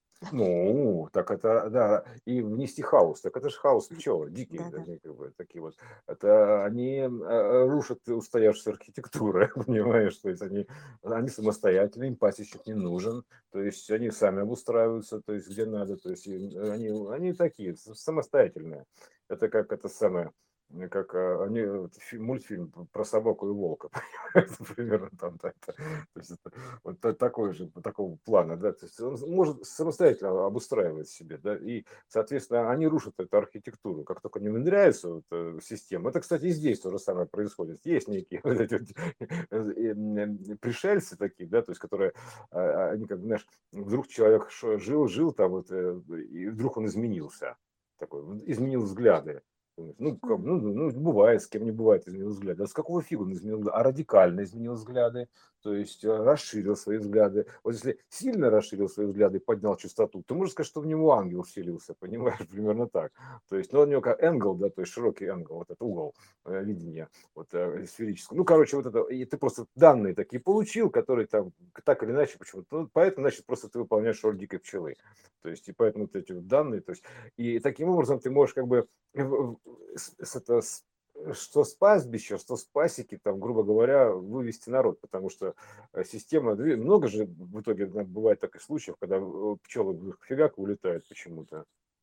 ну, так это, да, и внести хаос, так это же хаос пчелы, дикие, Да-да. они как бы такие вот, это они э, рушат устоявшуюся архитектуру, понимаешь, то есть они, они самостоятельны, им пасечник не нужен, то есть они сами обустраиваются, то есть где надо, то есть и они, они такие, с- самостоятельные, это как это самое, э, как э, они, вот фи- мультфильм про собаку и волка, понимаешь, примерно там, так, то есть это вот та- такой же, такого плана, да, то есть он может самостоятельно обустраивать себе, да, и, соответственно, они рушат эту архитектуру, как только не внедряется вот, э, система. Это, кстати, и здесь то же самое происходит. Есть некие вот эти вот, э, э, пришельцы такие, да, то есть, которые, а, они как, бы, знаешь, вдруг человек ш- жил, жил там, вот, э, и вдруг он изменился, такой, вот, изменил взгляды. Ну, как, Мгм. ну, ну, бывает, с кем не бывает, изменил взгляды. А с какого фига он изменил взгляды? А радикально изменил взгляды, то есть э, расширил свои взгляды. Вот если сильно расширил свои взгляды и поднял частоту, то можно сказать, что в него ангел вселился, понимаешь, примерно так. То есть, ну, у него как энгл, да, то есть широкий энгл, вот это угол э, видения, вот э, сферического. Ну, короче, вот это, и ты просто данные такие получил, которые там так или иначе почему-то, ну, поэтому, значит, просто ты выполняешь роль дикой пчелы. То есть, и поэтому вот эти вот данные, то есть, и таким образом ты можешь как бы э, в- с, с- это, с- что с пастбища, что с пасеки, там, грубо говоря, вывести народ, потому что э, система, две- много же в итоге да, бывает таких случаев, когда э, пчелы вдруг фигак улетают почему-то.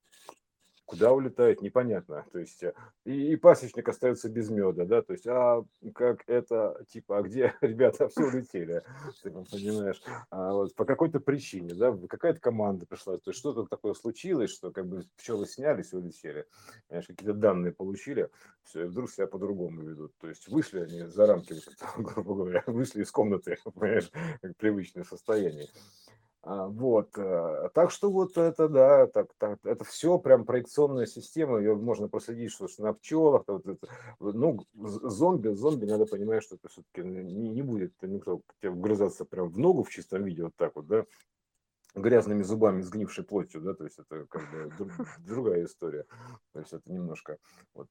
Куда улетает, непонятно. То есть э, и, и пасечник остается без меда, да, то есть, а как это, типа, а где ребята все улетели, ты там понимаешь, а вот по какой-то причине, да, какая-то команда пришла, то есть что-то такое случилось, что как бы пчелы снялись и улетели, понимаешь, какие-то данные получили, все, и вдруг себя по-другому ведут, то есть вышли они за рамки, вот этого, грубо говоря, вышли из комнаты, понимаешь, как привычное состояние. А, Вот, э, так что вот это, да, так, так, это все прям проекционная система, ее можно проследить, что ж на пчелах, вот это, вот, ну, з- зомби, зомби, надо понимать, что это все-таки не, не будет никто к тебе вгрызаться прям в ногу в чистом виде, вот так вот, да, грязными зубами, сгнившей плотью, да, то есть это как бы дру- другая история, то есть это немножко, вот,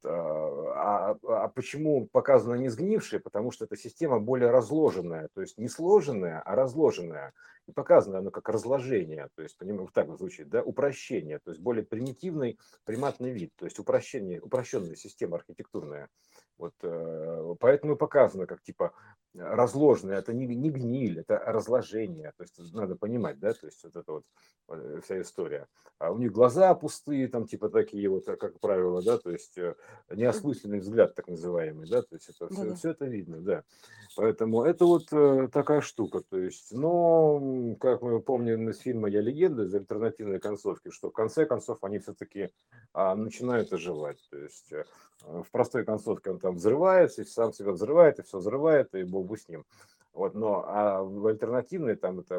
а, а, а почему показано не сгнившая, потому что эта система более разложенная, то есть не сложенная, а разложенная, и показано оно как разложение, то есть, поним- вот так вот звучит, да, упрощение, то есть более примитивный приматный вид, то есть упрощение, упрощенная система архитектурная, вот, э, поэтому и показано как типа разложенное, это не, не гниль, это разложение. То есть надо понимать, да, то есть вот это вот э, вся история. А у них глаза пустые, там типа такие вот, э, как правило, да, то есть э, Мгм. неосмысленный взгляд так называемый, да, то есть это все, Да-да. все это видно, да. Поэтому это вот э, такая штука, то есть, но, м, как мы помним из фильма «Я легенда», из альтернативной концовки, что в конце концов они все-таки а, начинают оживать, то есть э, в простой концовке он там взрывается, и сам себя взрывает, и все взрывает, и бог бы с ним. Вот, но а в альтернативной там это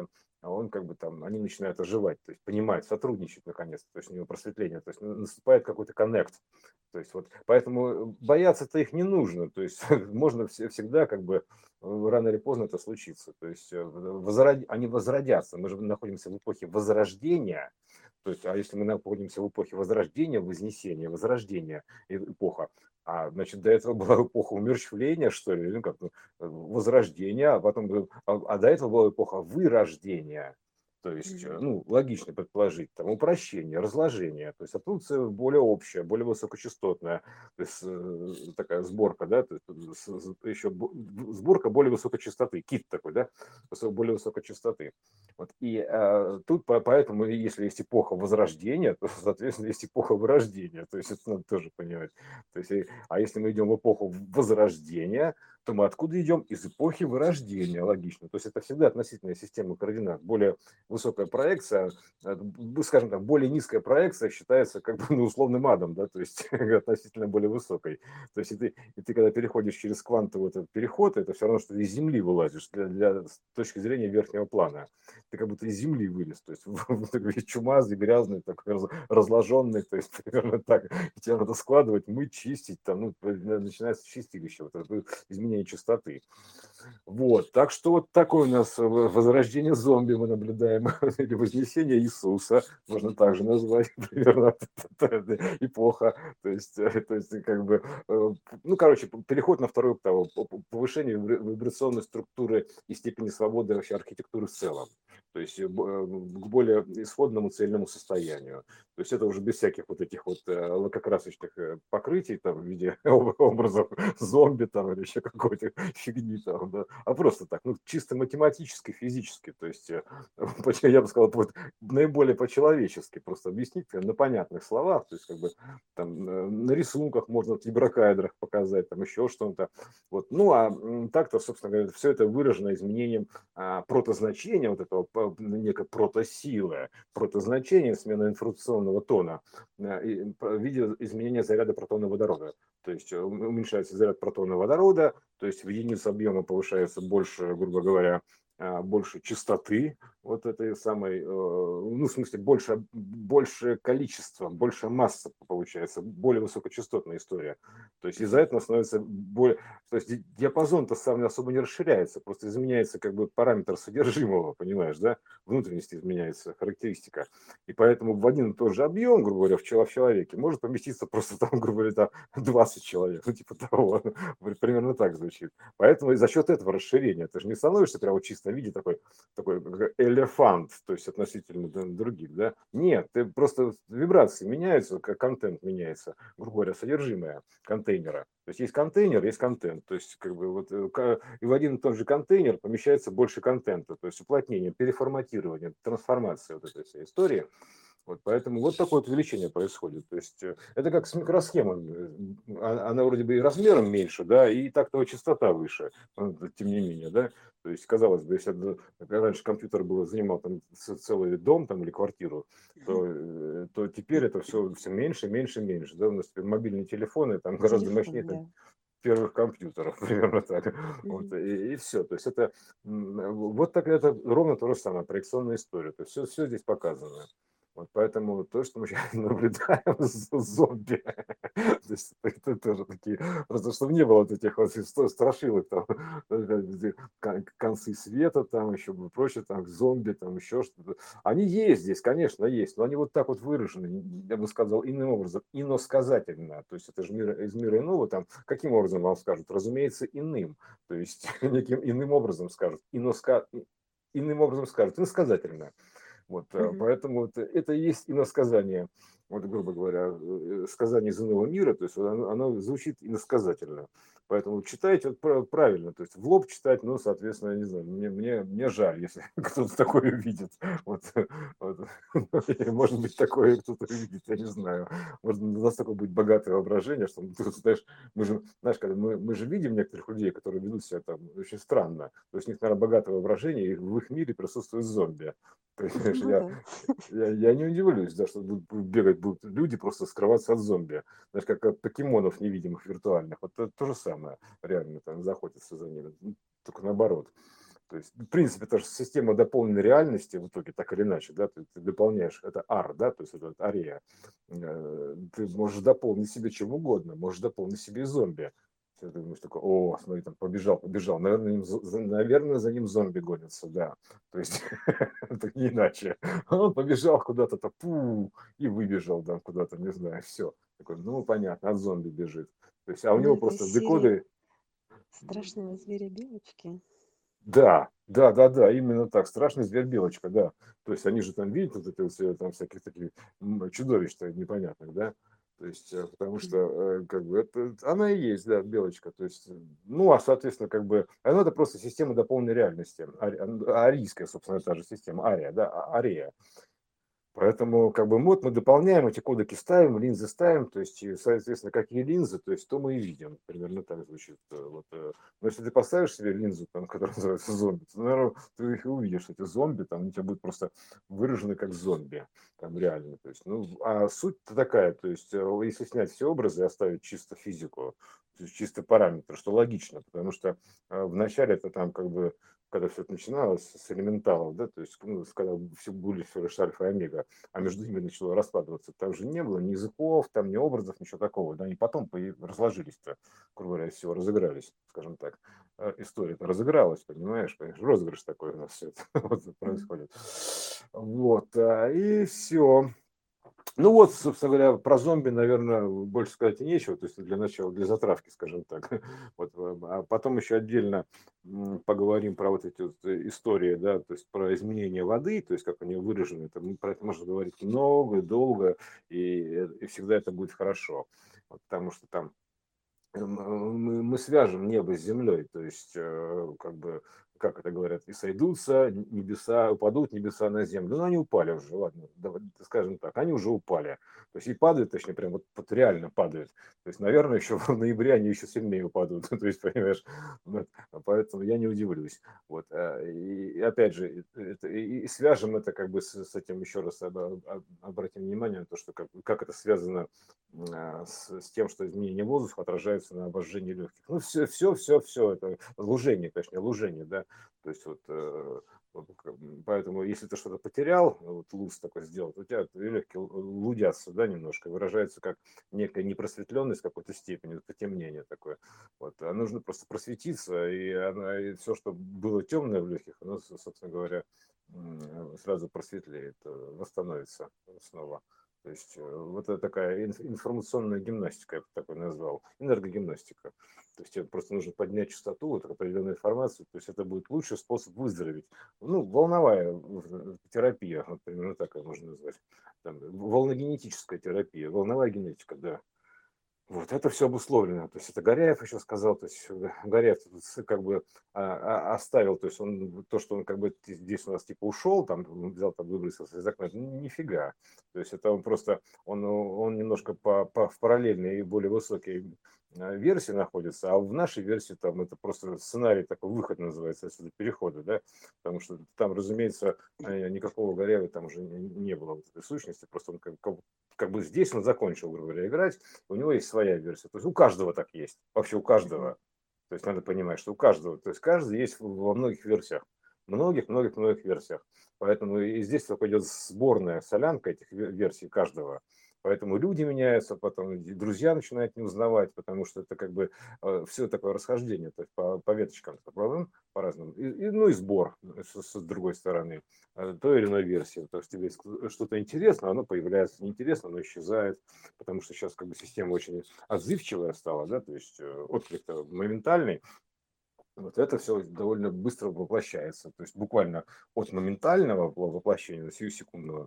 а он как бы там, они начинают оживать, то есть понимают, сотрудничать наконец, то есть у него просветление, то есть наступает какой-то коннект. То есть вот, поэтому бояться-то их не нужно, то есть можно все, всегда как бы рано или поздно это случится, то есть э, возрод... они возродятся, мы же находимся в эпохе возрождения, то есть, а если мы находимся в эпохе возрождения, вознесения, возрождения, э, эпоха, а, значит, до этого была эпоха умерщвления, что ли, ну, как, ну, возрождения, а потом, был- а, а до этого была эпоха вырождения. То есть, э, Мгм. ну, логично предположить, там, упрощение, разложение. То есть, эволюция более общая, более высокочастотная. То есть, э, такая сборка, да, то есть, с- с- еще бо- сборка более высокой частоты. Кит такой, да, высо- более высокой частоты. Вот. И э, тут по- поэтому, если есть эпоха возрождения, то, соответственно, есть эпоха вырождения. То есть, это надо тоже понимать. То есть, и- а если мы идем в эпоху возрождения, то мы откуда идем? Из эпохи вырождения, логично. То есть это всегда относительная система координат. Более высокая проекция, э, б- скажем так, более низкая проекция считается как бы ну, условным адом, да, то есть относительно более высокой. То есть и ты, и ты когда переходишь через квантовый этот переход, это все равно, что ты из Земли вылазишь для, для, с точки зрения верхнего плана. Ты как будто из Земли вылез, то есть такой весь чумазый, грязный, такой раз- разложенный, то есть примерно так. И тебе надо складывать, мыть, чистить, там, ну, начинается чистилище, вот это изменение частоты. Вот, так что вот такое у нас э, возрождение зомби мы наблюдаем, или вознесение Иисуса, можно также назвать, примерно, эпоха, то есть, э, то есть как бы, э, ну, короче, переход на второе того, повышение вибрационной структуры и степени свободы вообще архитектуры в целом, то есть э, б- э, к более исходному цельному состоянию. То есть это уже без всяких вот этих вот э, лакокрасочных э, покрытий там в виде образов зомби там или еще какой-то фигни там, да, а просто так, ну, чисто математически, физически, то есть э, я бы сказал, вот наиболее по-человечески просто объяснить э, на понятных словах, то есть как бы там э, на рисунках можно в гидрокайдрах показать, там еще что-то, вот, ну, а м, так-то, собственно говоря, все это выражено изменением а, протозначения вот этого, по- некой протосилы, протозначение, смена информационного тона э, и, в виде изменения заряда протона водорода. То есть э, уменьшается заряд протона водорода, то есть в единицу объема повышается больше, грубо говоря, а, больше частоты вот этой самой, э, ну, в смысле, больше, больше количество, больше масса получается, более высокочастотная история. То есть из-за Мгм. этого становится более, то есть диапазон-то сам особо не расширяется, просто изменяется как бы параметр содержимого, понимаешь, да? Внутренность изменяется, характеристика. И поэтому в один и тот же объем, грубо говоря, в чело- в человеке может поместиться просто там, грубо говоря, там двадцать человек, ну типа того, примерно так звучит. Поэтому и за счет этого расширения ты же не становишься прямо в чистом виде такой, такой как элефант, то есть относительно д- других, да? Нет, ты просто вибрации меняются, как контент меняется, грубо говоря, содержимое контейнера. То есть есть контейнер, есть контент. То есть как бы вот э, ка- и в один и тот же контейнер помещается больше контента, то есть уплотнение, переформатирование, трансформация вот этой всей истории. Вот поэтому вот такое вот увеличение происходит. То есть э, это как с микросхемами. Э, а- Она вроде бы и размером меньше, да, и так-то частота выше, но тем не менее, да. То есть, казалось бы, если это, когда раньше компьютер был, занимал там ц- целый дом там, или квартиру, то, э, то теперь это все, все меньше, меньше, меньше. Да? У нас теперь мобильные телефоны там гораздо Телефон, мощнее там, да. первых компьютеров, примерно так. Вот, Мгм. и, и все. То есть это м, вот так это ровно то же самое, проекционная история. То есть все, все здесь показано. Вот поэтому то, что мы сейчас наблюдаем с зомби, то есть это тоже такие, просто чтобы не было вот этих вот исто- страшилок, там, эти кон- концы света, там еще бы прочее, там зомби, там еще что-то. Они есть здесь, конечно, есть, но они вот так вот выражены, я бы сказал, иным образом, иносказательно. То есть это же мир, из мира иного, там, каким образом вам скажут? Разумеется, иным. То есть неким иным образом скажут, иноска... иным образом скажут, иносказательно. Вот, э, Мгм. поэтому вот это и есть иносказание, вот, грубо говоря, э, сказание из иного мира, то есть вот оно, оно звучит иносказательно. Поэтому читайте вот пра- правильно, то есть в лоб читать, ну, соответственно, я не знаю, мне, мне, мне жаль, если кто-то такое увидит. Вот, вот. Или, может быть, такое кто-то увидит, я не знаю. Может, у нас такое будет богатое воображение, что, ну, ты знаешь, мы же, знаешь, когда мы, мы же видим некоторых людей, которые ведут себя там очень странно. То есть у них, наверное, богатое воображение, и в их мире присутствует зомби. Понимаешь, Ну я, да. я, я не удивлюсь, да, что будут будут бегать будут люди, просто скрываться от зомби. Знаешь, как от покемонов невидимых, виртуальных. Вот это то же самое, реально, там, заходятся за ними. Ну, только наоборот. То есть, в принципе, это же система дополненной реальности в итоге, так или иначе, да, ты, ты дополняешь, это ар, да, то есть это вот ария. Э, Ты можешь дополнить себе чем угодно, можешь дополнить себе и зомби. Ты думаешь такой, о, смотри, там побежал, побежал, наверное, им за, за- наверное, за ним зомби гонятся, да. То есть, это не иначе. Он побежал куда-то, то пу, и выбежал там куда-то, не знаю, все. Такой, ну, понятно, от зомби бежит. То есть, а у Ну, него это просто из в серии декоде. страшного зверя Белочки. Да, да, да, да, именно так. Страшный зверь Белочка, да. То есть они же там видят вот это вот всё, там всяких таких м, чудовищ-то непонятных, да. То есть, э, потому что, э, как бы, это она и есть, да, Белочка. То есть, э, ну, а, соответственно, как бы, оно это просто система дополненной реальности. Ари- а- Арийская, собственно, та же система, Ария, да, а- Ария. Поэтому, как бы, вот мы дополняем, эти кодеки ставим, линзы ставим, то есть, и, соответственно, какие линзы, то есть, то мы и видим. Примерно так звучит. э, Вот, э. Но если ты поставишь себе линзу, там, которая называется зомби, то, наверное, ты их и увидишь, эти зомби, там, они у тебя будут просто выражены как зомби, там, реально. То есть, ну, а суть-то такая, то есть, э, если снять все образы и оставить чисто физику, то есть, чисто параметры, что логично, потому что э, вначале это там, как бы, когда все это начиналось с элементалов, да, то есть, ну, с- когда все были всего лишь альфа и омега, а между ними начало раскладываться. Там же не было ни языков, там ни образов, ничего такого. Да, они потом появ- разложились-то, грубо говоря, все, разыгрались, скажем так. Э, История-то разыгралась, понимаешь? Понимаешь, розыгрыш такой у нас все это вот происходит. Вот, а, и все. Ну вот, собственно говоря, про зомби, наверное, больше сказать и нечего, то есть для начала, для затравки, скажем так. Вот, э, а потом еще отдельно м, поговорим про вот эти вот э, истории, да, то есть про изменение воды, то есть как они выражены, это, мы про это можно говорить много, долго, и, э, и всегда это будет хорошо. Вот, потому что там э, мы, мы свяжем небо с землей, то есть, э, как бы, как это говорят, и сойдутся небеса, упадут небеса на землю. Ну, они упали уже, ладно, давай, скажем так, они уже упали. То есть, и падают, точнее, прям вот, вот реально падают. То есть, наверное, еще в ноябре они еще сильнее упадут. То есть, понимаешь, вот, поэтому я не удивлюсь. Вот, а, и, и опять же, это, и, и свяжем это как бы с, с этим еще раз об- об- обратим внимание на то, что как, как это связано а, с, с тем, что изменение воздуха отражается на обожжении легких. Ну, все, все, все, все это лужение, точнее, лужение, да. То есть вот, э, вот, как бы, поэтому, если ты что-то потерял, вот луз такой сделал, то у тебя легкие лудятся, да, немножко, выражается как некая непросветленность в какой-то степени, вот потемнение такое. Вот, а нужно просто просветиться, и, она, и все, что было темное в легких, оно, собственно говоря, м, сразу просветлеет, э, восстановится снова. То есть э, вот это такая инф- информационная гимнастика, я бы такой назвал, энергогимнастика. То есть тебе просто нужно поднять частоту, вот определенную информацию, то есть это будет лучший способ выздороветь. Ну, волновая в- терапия, вот примерно так ее можно назвать. Там, волногенетическая терапия, волновая генетика, да. Вот это все обусловлено. То есть это Горяев еще сказал, то есть э, Горяев тут с- как бы а, а, оставил, то есть он то, что он как бы здесь у нас типа ушел, там он взял, там выбросился из окна, ну, нифига. То есть это он просто, он, он немножко по, по, в параллельной и более высокой э, версии находится, а в нашей версии там это просто сценарий такой, выход называется, отсюда перехода, да, потому что там, разумеется, э, никакого Горяева там уже не, не было вот этой сущности, просто он как, как, как бы здесь он закончил, грубо говоря, играть, у него есть своя версия. То есть у каждого так есть. Вообще у каждого. То есть надо понимать, что у каждого. То есть каждый есть во многих версиях. Многих, многих, многих версиях. Поэтому и здесь только идет сборная солянка этих версий каждого. Поэтому люди меняются, потом друзья начинают не узнавать, потому что это как бы э, все такое расхождение, то есть по, по веточкам по, по разным. И, и, ну и сбор с, с другой стороны э, той или иной версии. То есть тебе что-то интересно, оно появляется, неинтересно, оно исчезает, потому что сейчас как бы система очень отзывчивая стала, да, то есть э, отклик-то моментальный. Вот это все довольно быстро воплощается, то есть буквально от моментального воплощения до сиюсекундного,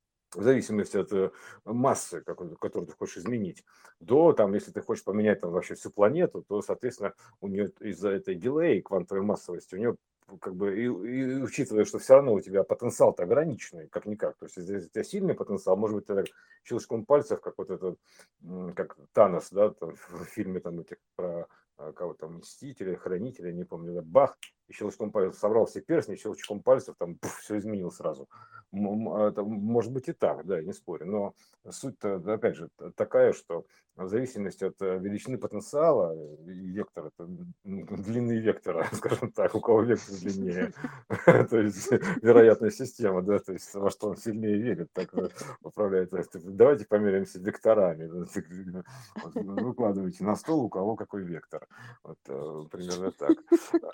в зависимости от э, массы, какой- которую ты хочешь изменить, до, там, если ты хочешь поменять там вообще всю планету, то, соответственно, у нее из-за этой дилей, квантовой массовости, у нее как бы, и, и учитывая, что все равно у тебя потенциал-то ограниченный, как-никак, то есть если у тебя сильный потенциал, может быть, ты так щелчком пальцев, как вот этот, м, как Танос, да, там, в фильме там этих про а, кого там, Мстители, Хранители, не помню, да, бах, и щелчком пальцев собрал все перстни, щелчком пальцев там все изменил сразу. м- м, это может быть и так, да, я не спорю, но суть-то, да, опять же, т- такая, что в зависимости от э, величины потенциала э, и вектора, это м, длины вектора, скажем так, у кого вектор длиннее, то есть вероятная система, да, то есть во что он сильнее верит, так э, управляет. То есть, давайте померимся векторами. Вот, выкладывайте на стол, у кого какой вектор. Вот, э, примерно так.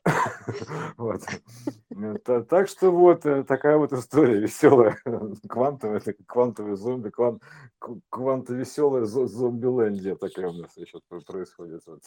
Вот. Та- Так что вот э, такая вот история веселая, квантовая, так- квантовый зомби, кван, квантовеселая зомби-лендия такая у нас еще происходит. Вот.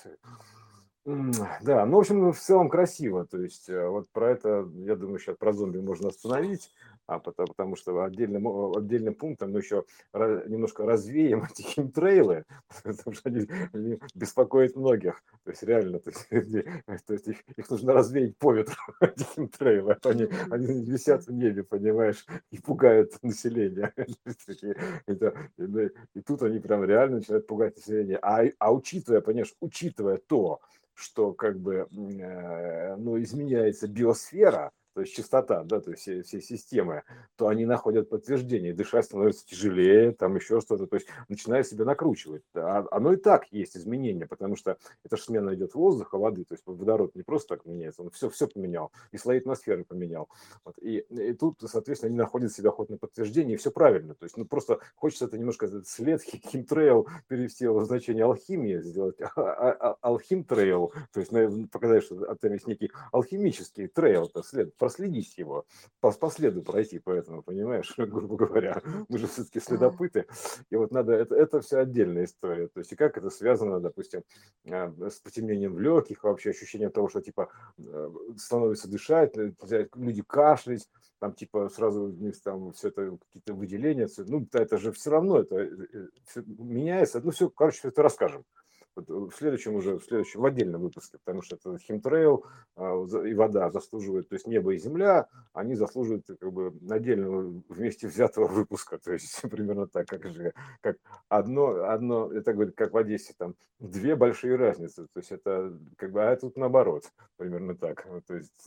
М, Да, ну, в общем, в целом красиво. То есть, э, вот про это, я думаю, сейчас про зомби можно остановить, а потому, потому что отдельным, о- отдельным пунктом мы еще ра- немножко развеем эти химтрейлы, потому что они, они беспокоят многих. То есть, реально, то есть, где- то есть их, их нужно развеять по ветру, эти химтрейлы. А то Они, Мгм. они висят Да. в небе, понимаешь, и пугают население. То есть такие, это- И, да, и тут они прям реально начинают пугать население. А, а учитывая, понимаешь, учитывая то, что как бы э, ну, изменяется биосфера, то есть частота, да, то есть всей, всей системы, то они находят подтверждение, дышать становится тяжелее, там еще что-то, то есть начинают себя накручивать. А оно и так есть изменения, потому что это же смена идет воздуха, воды, то есть водород не просто так меняется, он все, все поменял, и слои атмосферы поменял. Вот. И, и тут, соответственно, они находят себя хоть на подтверждение, и все правильно. То есть, ну, просто хочется это немножко этот след, химтрейл перевести в значение алхимии, сделать а- а- а- алхим-трейл, то есть наверное, показать, что это есть некий алхимический трейл, то след, проследить его, по, по следу пройти по этому, понимаешь, грубо говоря. Ну, Мы же все-таки а, следопыты, и вот надо, это, это все отдельная история. То есть, и как это связано, допустим, а, с потемнением в легких, вообще ощущение того, что типа э, становится дышать, э, люди кашлять, там типа сразу вниз там все это какие-то выделения, всё. Ну да, это же все равно это э, э, всё меняется. Ну все, короче, всё это расскажем. Вот э, в следующем уже, в следующем, в отдельном выпуске, потому что это химтрейл а, за- и вода заслуживают, то есть небо и земля, они заслуживают э, как бы отдельного вместе взятого выпуска, то есть примерно так, как же, как одно, одно, это говорит, как в Одессе, там две большие разницы, то есть это как бы, а тут наоборот, примерно так, вот, то есть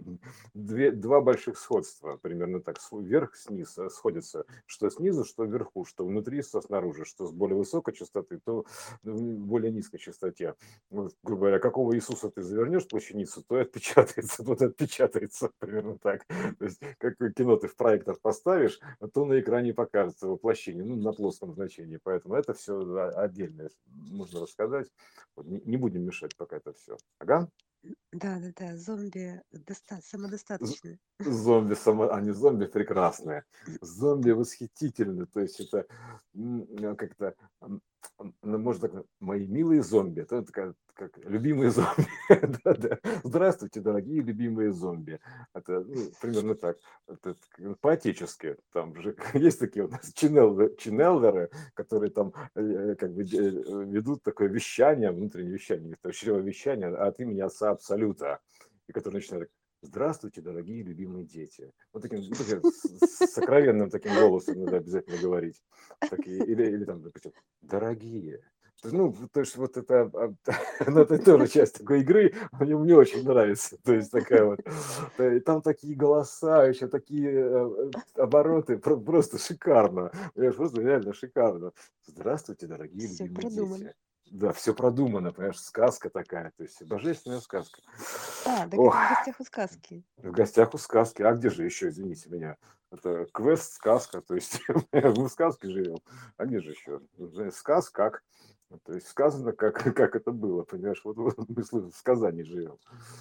две, два больших сходства, примерно так, с- вверх, сниз э, сходятся, что снизу, что вверху, что внутри, что снаружи, что с более высокой частоты, то в более низкой частоте. Вот, грубо говоря, какого Иисуса ты завернешь в плащаницу, то и отпечатается, вот отпечатается, примерно так. То есть, как кино ты в проектор поставишь, то на экране покажется воплощение, ну, на плоском значении. Поэтому это все отдельно нужно рассказать. Вот, не, не будем мешать пока это все. Ага. да-да-да, зомби доста- З- самодостаточные. Зомби, само... они зомби прекрасные, зомби восхитительны, то есть это м, э, как-то, м, м, ну, можно так, мои милые зомби, это такая, как любимые зомби, да-да. Здравствуйте, дорогие любимые зомби, это ну, примерно так, это как по-отечески, там же есть такие у нас чинелве- чинелверы, которые там э, как бы э, ведут такое вещание, внутреннее вещание, это чревовещание от имени Отца Абсолюта, и которые начинают: здравствуйте, дорогие любимые дети. Вот таким, ну, таким с- сокровенным таким голосом надо обязательно говорить. Так, и- или, или там, допустим, дорогие. Ну, то есть вот это, а, ну, это тоже часть такой игры, мне, мне очень нравится. То есть такая вот, э, и там такие голоса, еще такие э, э, обороты, про- просто шикарно. Понимаешь, просто реально шикарно. Здравствуйте, дорогие Все любимые продумано. дети. Да, все продумано, понимаешь, сказка такая, то есть божественная сказка. А, так Ох, это в гостях у сказки. в гостях у сказки. А где же еще, извините меня? Это квест, сказка. То есть мы в сказке живем. А где же еще? Сказ как? То есть сказано, как, как это было, понимаешь? Вот, вот мы в сказании живем.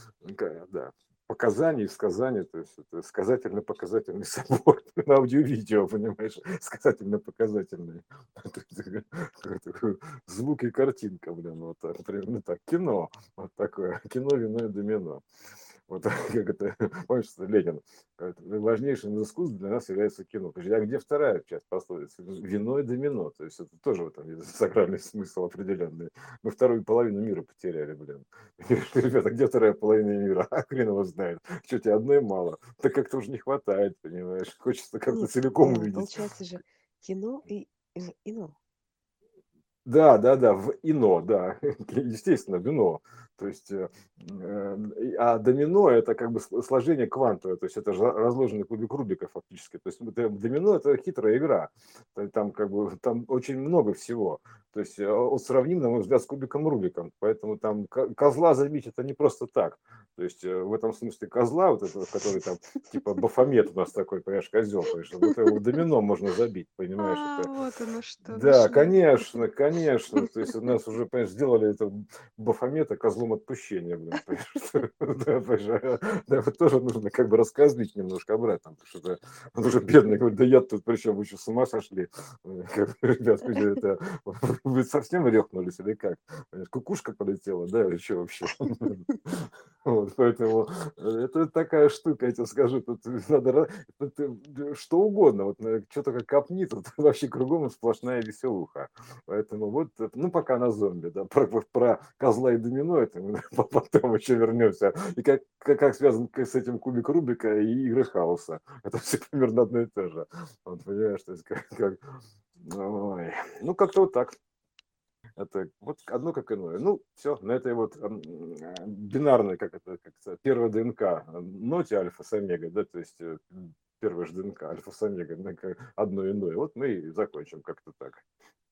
Да. Показания и сказания, то есть это сказательно-показательный собор на аудио-видео, понимаешь? Сказательно-показательный. Звук и картинка, блин, вот так, примерно так. Кино, вот такое. Кино, вино и домино. Вот как это, помнишь, что Ленин, говорит, важнейшим из искусств для нас является кино. Скажи, а где вторая часть пословицы? Вино и домино. То есть это тоже в этом есть сакральный смысл определенный. Мы вторую половину мира потеряли, блин. Ребята, где вторая половина мира? А хрен его знает. Что тебе одной мало? Так как-то уже не хватает, понимаешь? Хочется как-то Нет, целиком э, увидеть. получается же кино и в ино. Да, да, да, в ино, да, естественно, вино. То есть, э, э, а домино это как бы сложение квантовое, то есть это же разложенный кубик Рубика фактически. То есть домино это хитрая игра, там как бы там очень много всего. То есть он сравним, на мой взгляд, с кубиком Рубиком, поэтому там козла забить это не просто так. То есть в этом смысле козла, вот этого, который там типа Бафомет у нас такой, понимаешь, козел, понимаешь, вот его домино можно забить, понимаешь, А, это. вот оно что, Да, нашли. конечно, конечно. То есть у нас уже, понимаешь, сделали это Бафомета козлом отпущения, блин, понимаешь. Да, понимаешь, да, вот тоже нужно как бы рассказывать немножко обратно, потому что это, он уже бедный, говорит, да я тут причем, вы что, с ума сошли? Как бы, ребят, вы, же это, вы совсем рехнулись или как? Понимаешь, кукушка полетела, да, или что вообще? Вот, поэтому это такая штука, я тебе скажу, тут надо тут, что угодно, вот что только копни, тут вообще кругом сплошная веселуха. Поэтому вот, ну пока на зомби, да, про, про козла и домино, это мы потом еще вернемся. И как, как, как связан с этим кубик Рубика и игры хаоса. Это все примерно одно и то же. Вот, понимаешь, то есть как, как... Ой. Ну как-то вот так. Это вот одно как иное. Ну, все, на этой вот м, э, бинарной, как это, как это, первая ДНК, э, ноте альфа с омега, да, то есть э, первая же ДНК, альфа с омега, да, как одно иное. Вот мы и закончим как-то так.